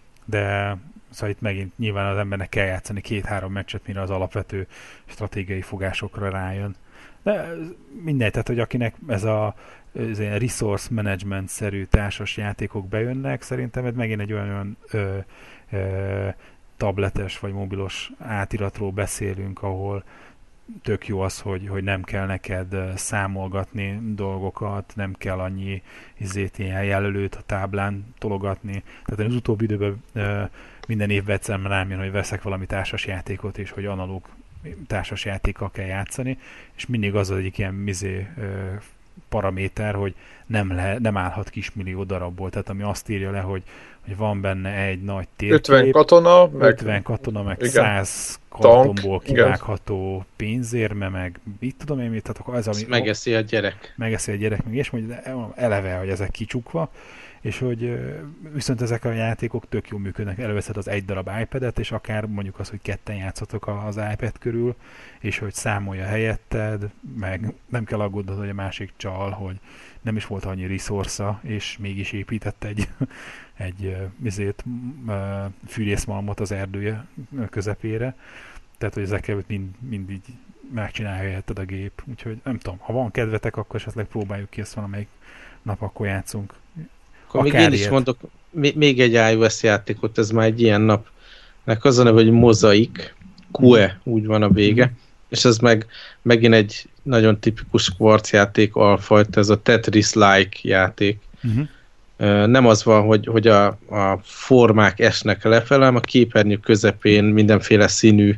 de szóval itt megint nyilván az embernek kell játszani két-három meccset, mire az alapvető stratégiai fogásokra rájön. De mindegy, tehát hogy akinek ez a ez ilyen resource management-szerű társas játékok bejönnek, szerintem ez megint egy olyan ö, ö, tabletes vagy mobilos átiratról beszélünk, ahol tök jó az, hogy, hogy nem kell neked számolgatni dolgokat, nem kell annyi izét, ilyen jelölőt a táblán tologatni. Tehát az utóbbi időben minden évben egyszer rám jön, hogy veszek valami társasjátékot, és hogy analóg társasjátékkal kell játszani, és mindig az az egyik ilyen mizé paraméter, hogy nem, le, nem állhat kismillió darabból, tehát ami azt írja le, hogy, hogy van benne egy nagy térkép, ötven katona, meg, ötven katona, meg igen, száz tank, kartonból kivágható pénzérme, meg mit tudom én mit, tehát ez, ami... Megeszi a gyerek. Megeszi a gyerek, meg és mondja, eleve, hogy ezek kicsukva, és hogy viszont ezek a játékok tök jól működnek, előveszed az egy darab iPad-et, és akár mondjuk az, hogy ketten játszatok az iPad körül, és hogy számolja helyetted, meg nem kell aggódnod, hogy a másik csal, hogy nem is volt annyi resource-a, és mégis épített egy, egy ezért, fűrészmalmot az erdője közepére. Tehát, hogy ezekkel mind, mind így megcsinálja helyetted a gép. Úgyhogy nem tudom, ha van kedvetek, akkor esetleg próbáljuk ki ezt valamelyik nap, akkor játszunk. Akkor még én is mondok, még egy iOS játékot, ez már egy ilyen nap. Nek az a neve, hogy Mozaik, kú e, úgy van a vége, mm. és ez meg megint egy nagyon tipikus Quartz játék alfajta, ez a Tetris-like játék. Mm-hmm. Nem az van, hogy, hogy a, a formák esnek lefele, hanem a képernyő közepén mindenféle színű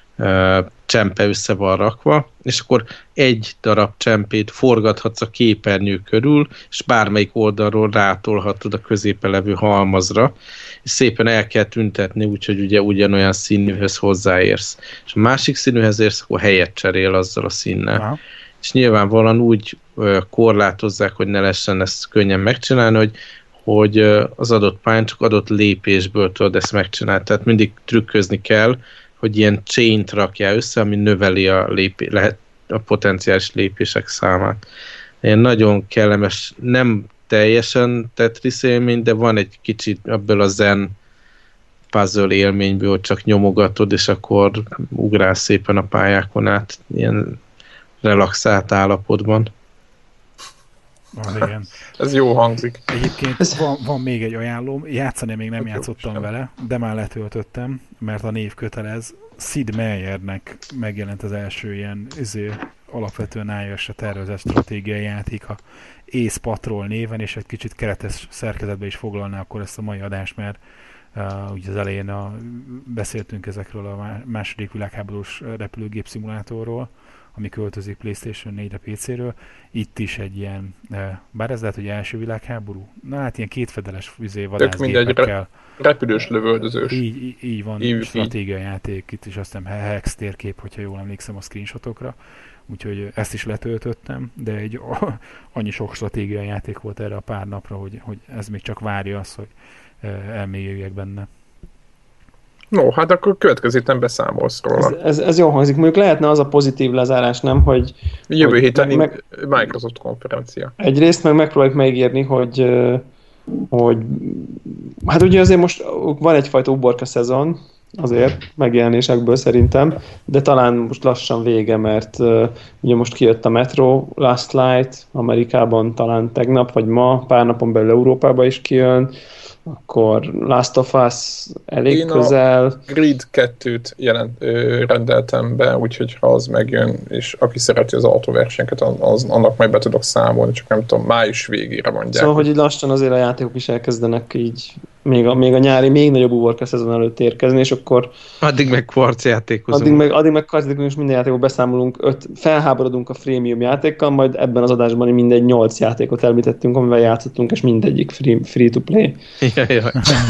uh, csempe össze van rakva, és akkor egy darab csempét forgathatsz a képernyő körül, és bármelyik oldalról rátolhatod a középen levő halmazra, és szépen el kell tüntetni, úgyhogy ugye ugyanolyan színűhöz hozzáérsz. És a másik színűhez érsz, akkor helyet cserél azzal a színnel. Aha. És nyilvánvalóan úgy uh, korlátozzák, hogy ne lehessen ezt könnyen megcsinálni, hogy, hogy uh, az adott pályán csak adott lépésből tudod ezt megcsinálni. Tehát mindig trükközni kell, hogy ilyen chain-t rakjál össze, ami növeli a, lépé- lehet a potenciális lépések számát. Ilyen nagyon kellemes, nem teljesen Tetris élmény, de van egy kicsit ebből a zen puzzle élményből, hogy csak nyomogatod, és akkor ugrálsz szépen a pályákon át, ilyen relaxált állapotban. Van, igen. Ez jó hangzik. Egyébként van, van még egy ajánlóm, játszani még nem játszottam vele, de már letöltöttem, mert a név kötelez. Sid Meiernek megjelent az első ilyen izé, alapvetően iOS-re tervezett stratégiai játék a Ace Patrol néven, és egy kicsit keretes szerkezetbe is foglalná akkor ezt a mai adást, mert uh, ugye az elején a, beszéltünk ezekről a második világháborús repülőgép szimulátorról, ami költözik PlayStation négyre pé céről. Itt is egy ilyen, bár ez lehet, hogy első világháború, na hát ilyen kétfedeles vizé vadászgépekkel. Repülős lövöldözős. Így, így, így van, így, stratégiai így. Játék, itt is azt hiszem hex térkép, hogyha jól emlékszem a screenshotokra. Úgyhogy ezt is letöltöttem, de egy annyi sok stratégiai játék volt erre a pár napra, hogy, hogy ez még csak várja azt, hogy elmélyüljek benne. No, hát akkor következő héten beszámolsz róla. Ez, ez, ez jól hangzik. Mondjuk lehetne az a pozitív lezárás, nem, hogy... Jövő hogy héten meg, Microsoft konferencia. Egyrészt meg megpróbáljuk megírni, hogy, hogy hát ugye azért most van egyfajta uborka szezon, azért megjelenésekből szerintem, de talán most lassan vége, mert ugye most kijött a Metro Last Light, Amerikában talán tegnap, vagy ma, pár napon belül Európába is kijön, akkor Last of Us elég Én közel. A Grid kettőt jelent, ö, rendeltem be, úgyhogy ha az megjön, és aki szereti az autóversenyeket, az, annak majd be tudok számolni, csak nem tudom, május végére mondják. Szóval, hogy így lassan azért a játékok is elkezdenek így még a, még a nyári, még nagyobb uborka szezon előtt érkezni, és akkor... Addig meg kvarc játékozunk. Addig meg, addig meg kvarc játékozunk, és minden játékot beszámolunk, öt, felháborodunk a freemium játékkal, majd ebben az adásban mindegy nyolc játékot említettünk, amivel játszottunk, és mindegyik free, free to play. Ja, ja.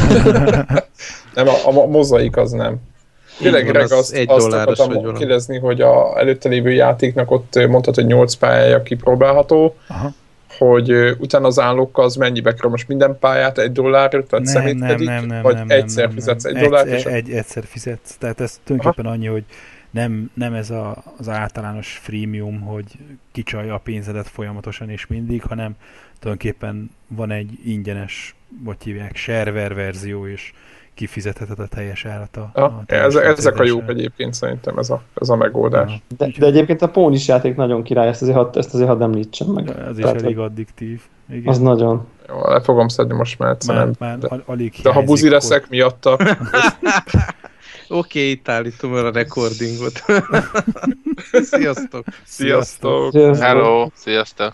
Nem, a, a mozaik az nem. Tényleg Greg, azt, azt akartam kérdezni, hogy a előtte lévő játéknak ott mondtad, hogy nyolc pályája kipróbálható. Aha. Hogy uh, utána az állókkal az mennyibe kerül? Most minden pályát egy dollárért, tehát szemétkedik? Nem, nem, vagy nem, egyszer nem, fizetsz nem. egy dollárt? Egy, egy, egyszer fizetsz. Tehát ez tulajdonképpen annyi, hogy nem, nem ez a, az általános freemium, hogy kicsalja a pénzedet folyamatosan és mindig, hanem tulajdonképpen van egy ingyenes, vagy hívják, shareware verzió, és kifizetheted a teljes árat a, ja, a ez, ezek a jók egyébként szerintem ez a, ez a megoldás. Ja. De, de egyébként a Pónis játék nagyon király, ezt azért hadd, ezt azért hadd említsem meg. Ez is elég addiktív. Igen. Az nagyon. Jó, le fogom szedni most már egyszerűen. Már, már de, alig de ha buzi leszek miatta... Oké, itt állítom el a recordingot. Sziasztok! Sziasztok! Sziasztok. Hello, sziasztok!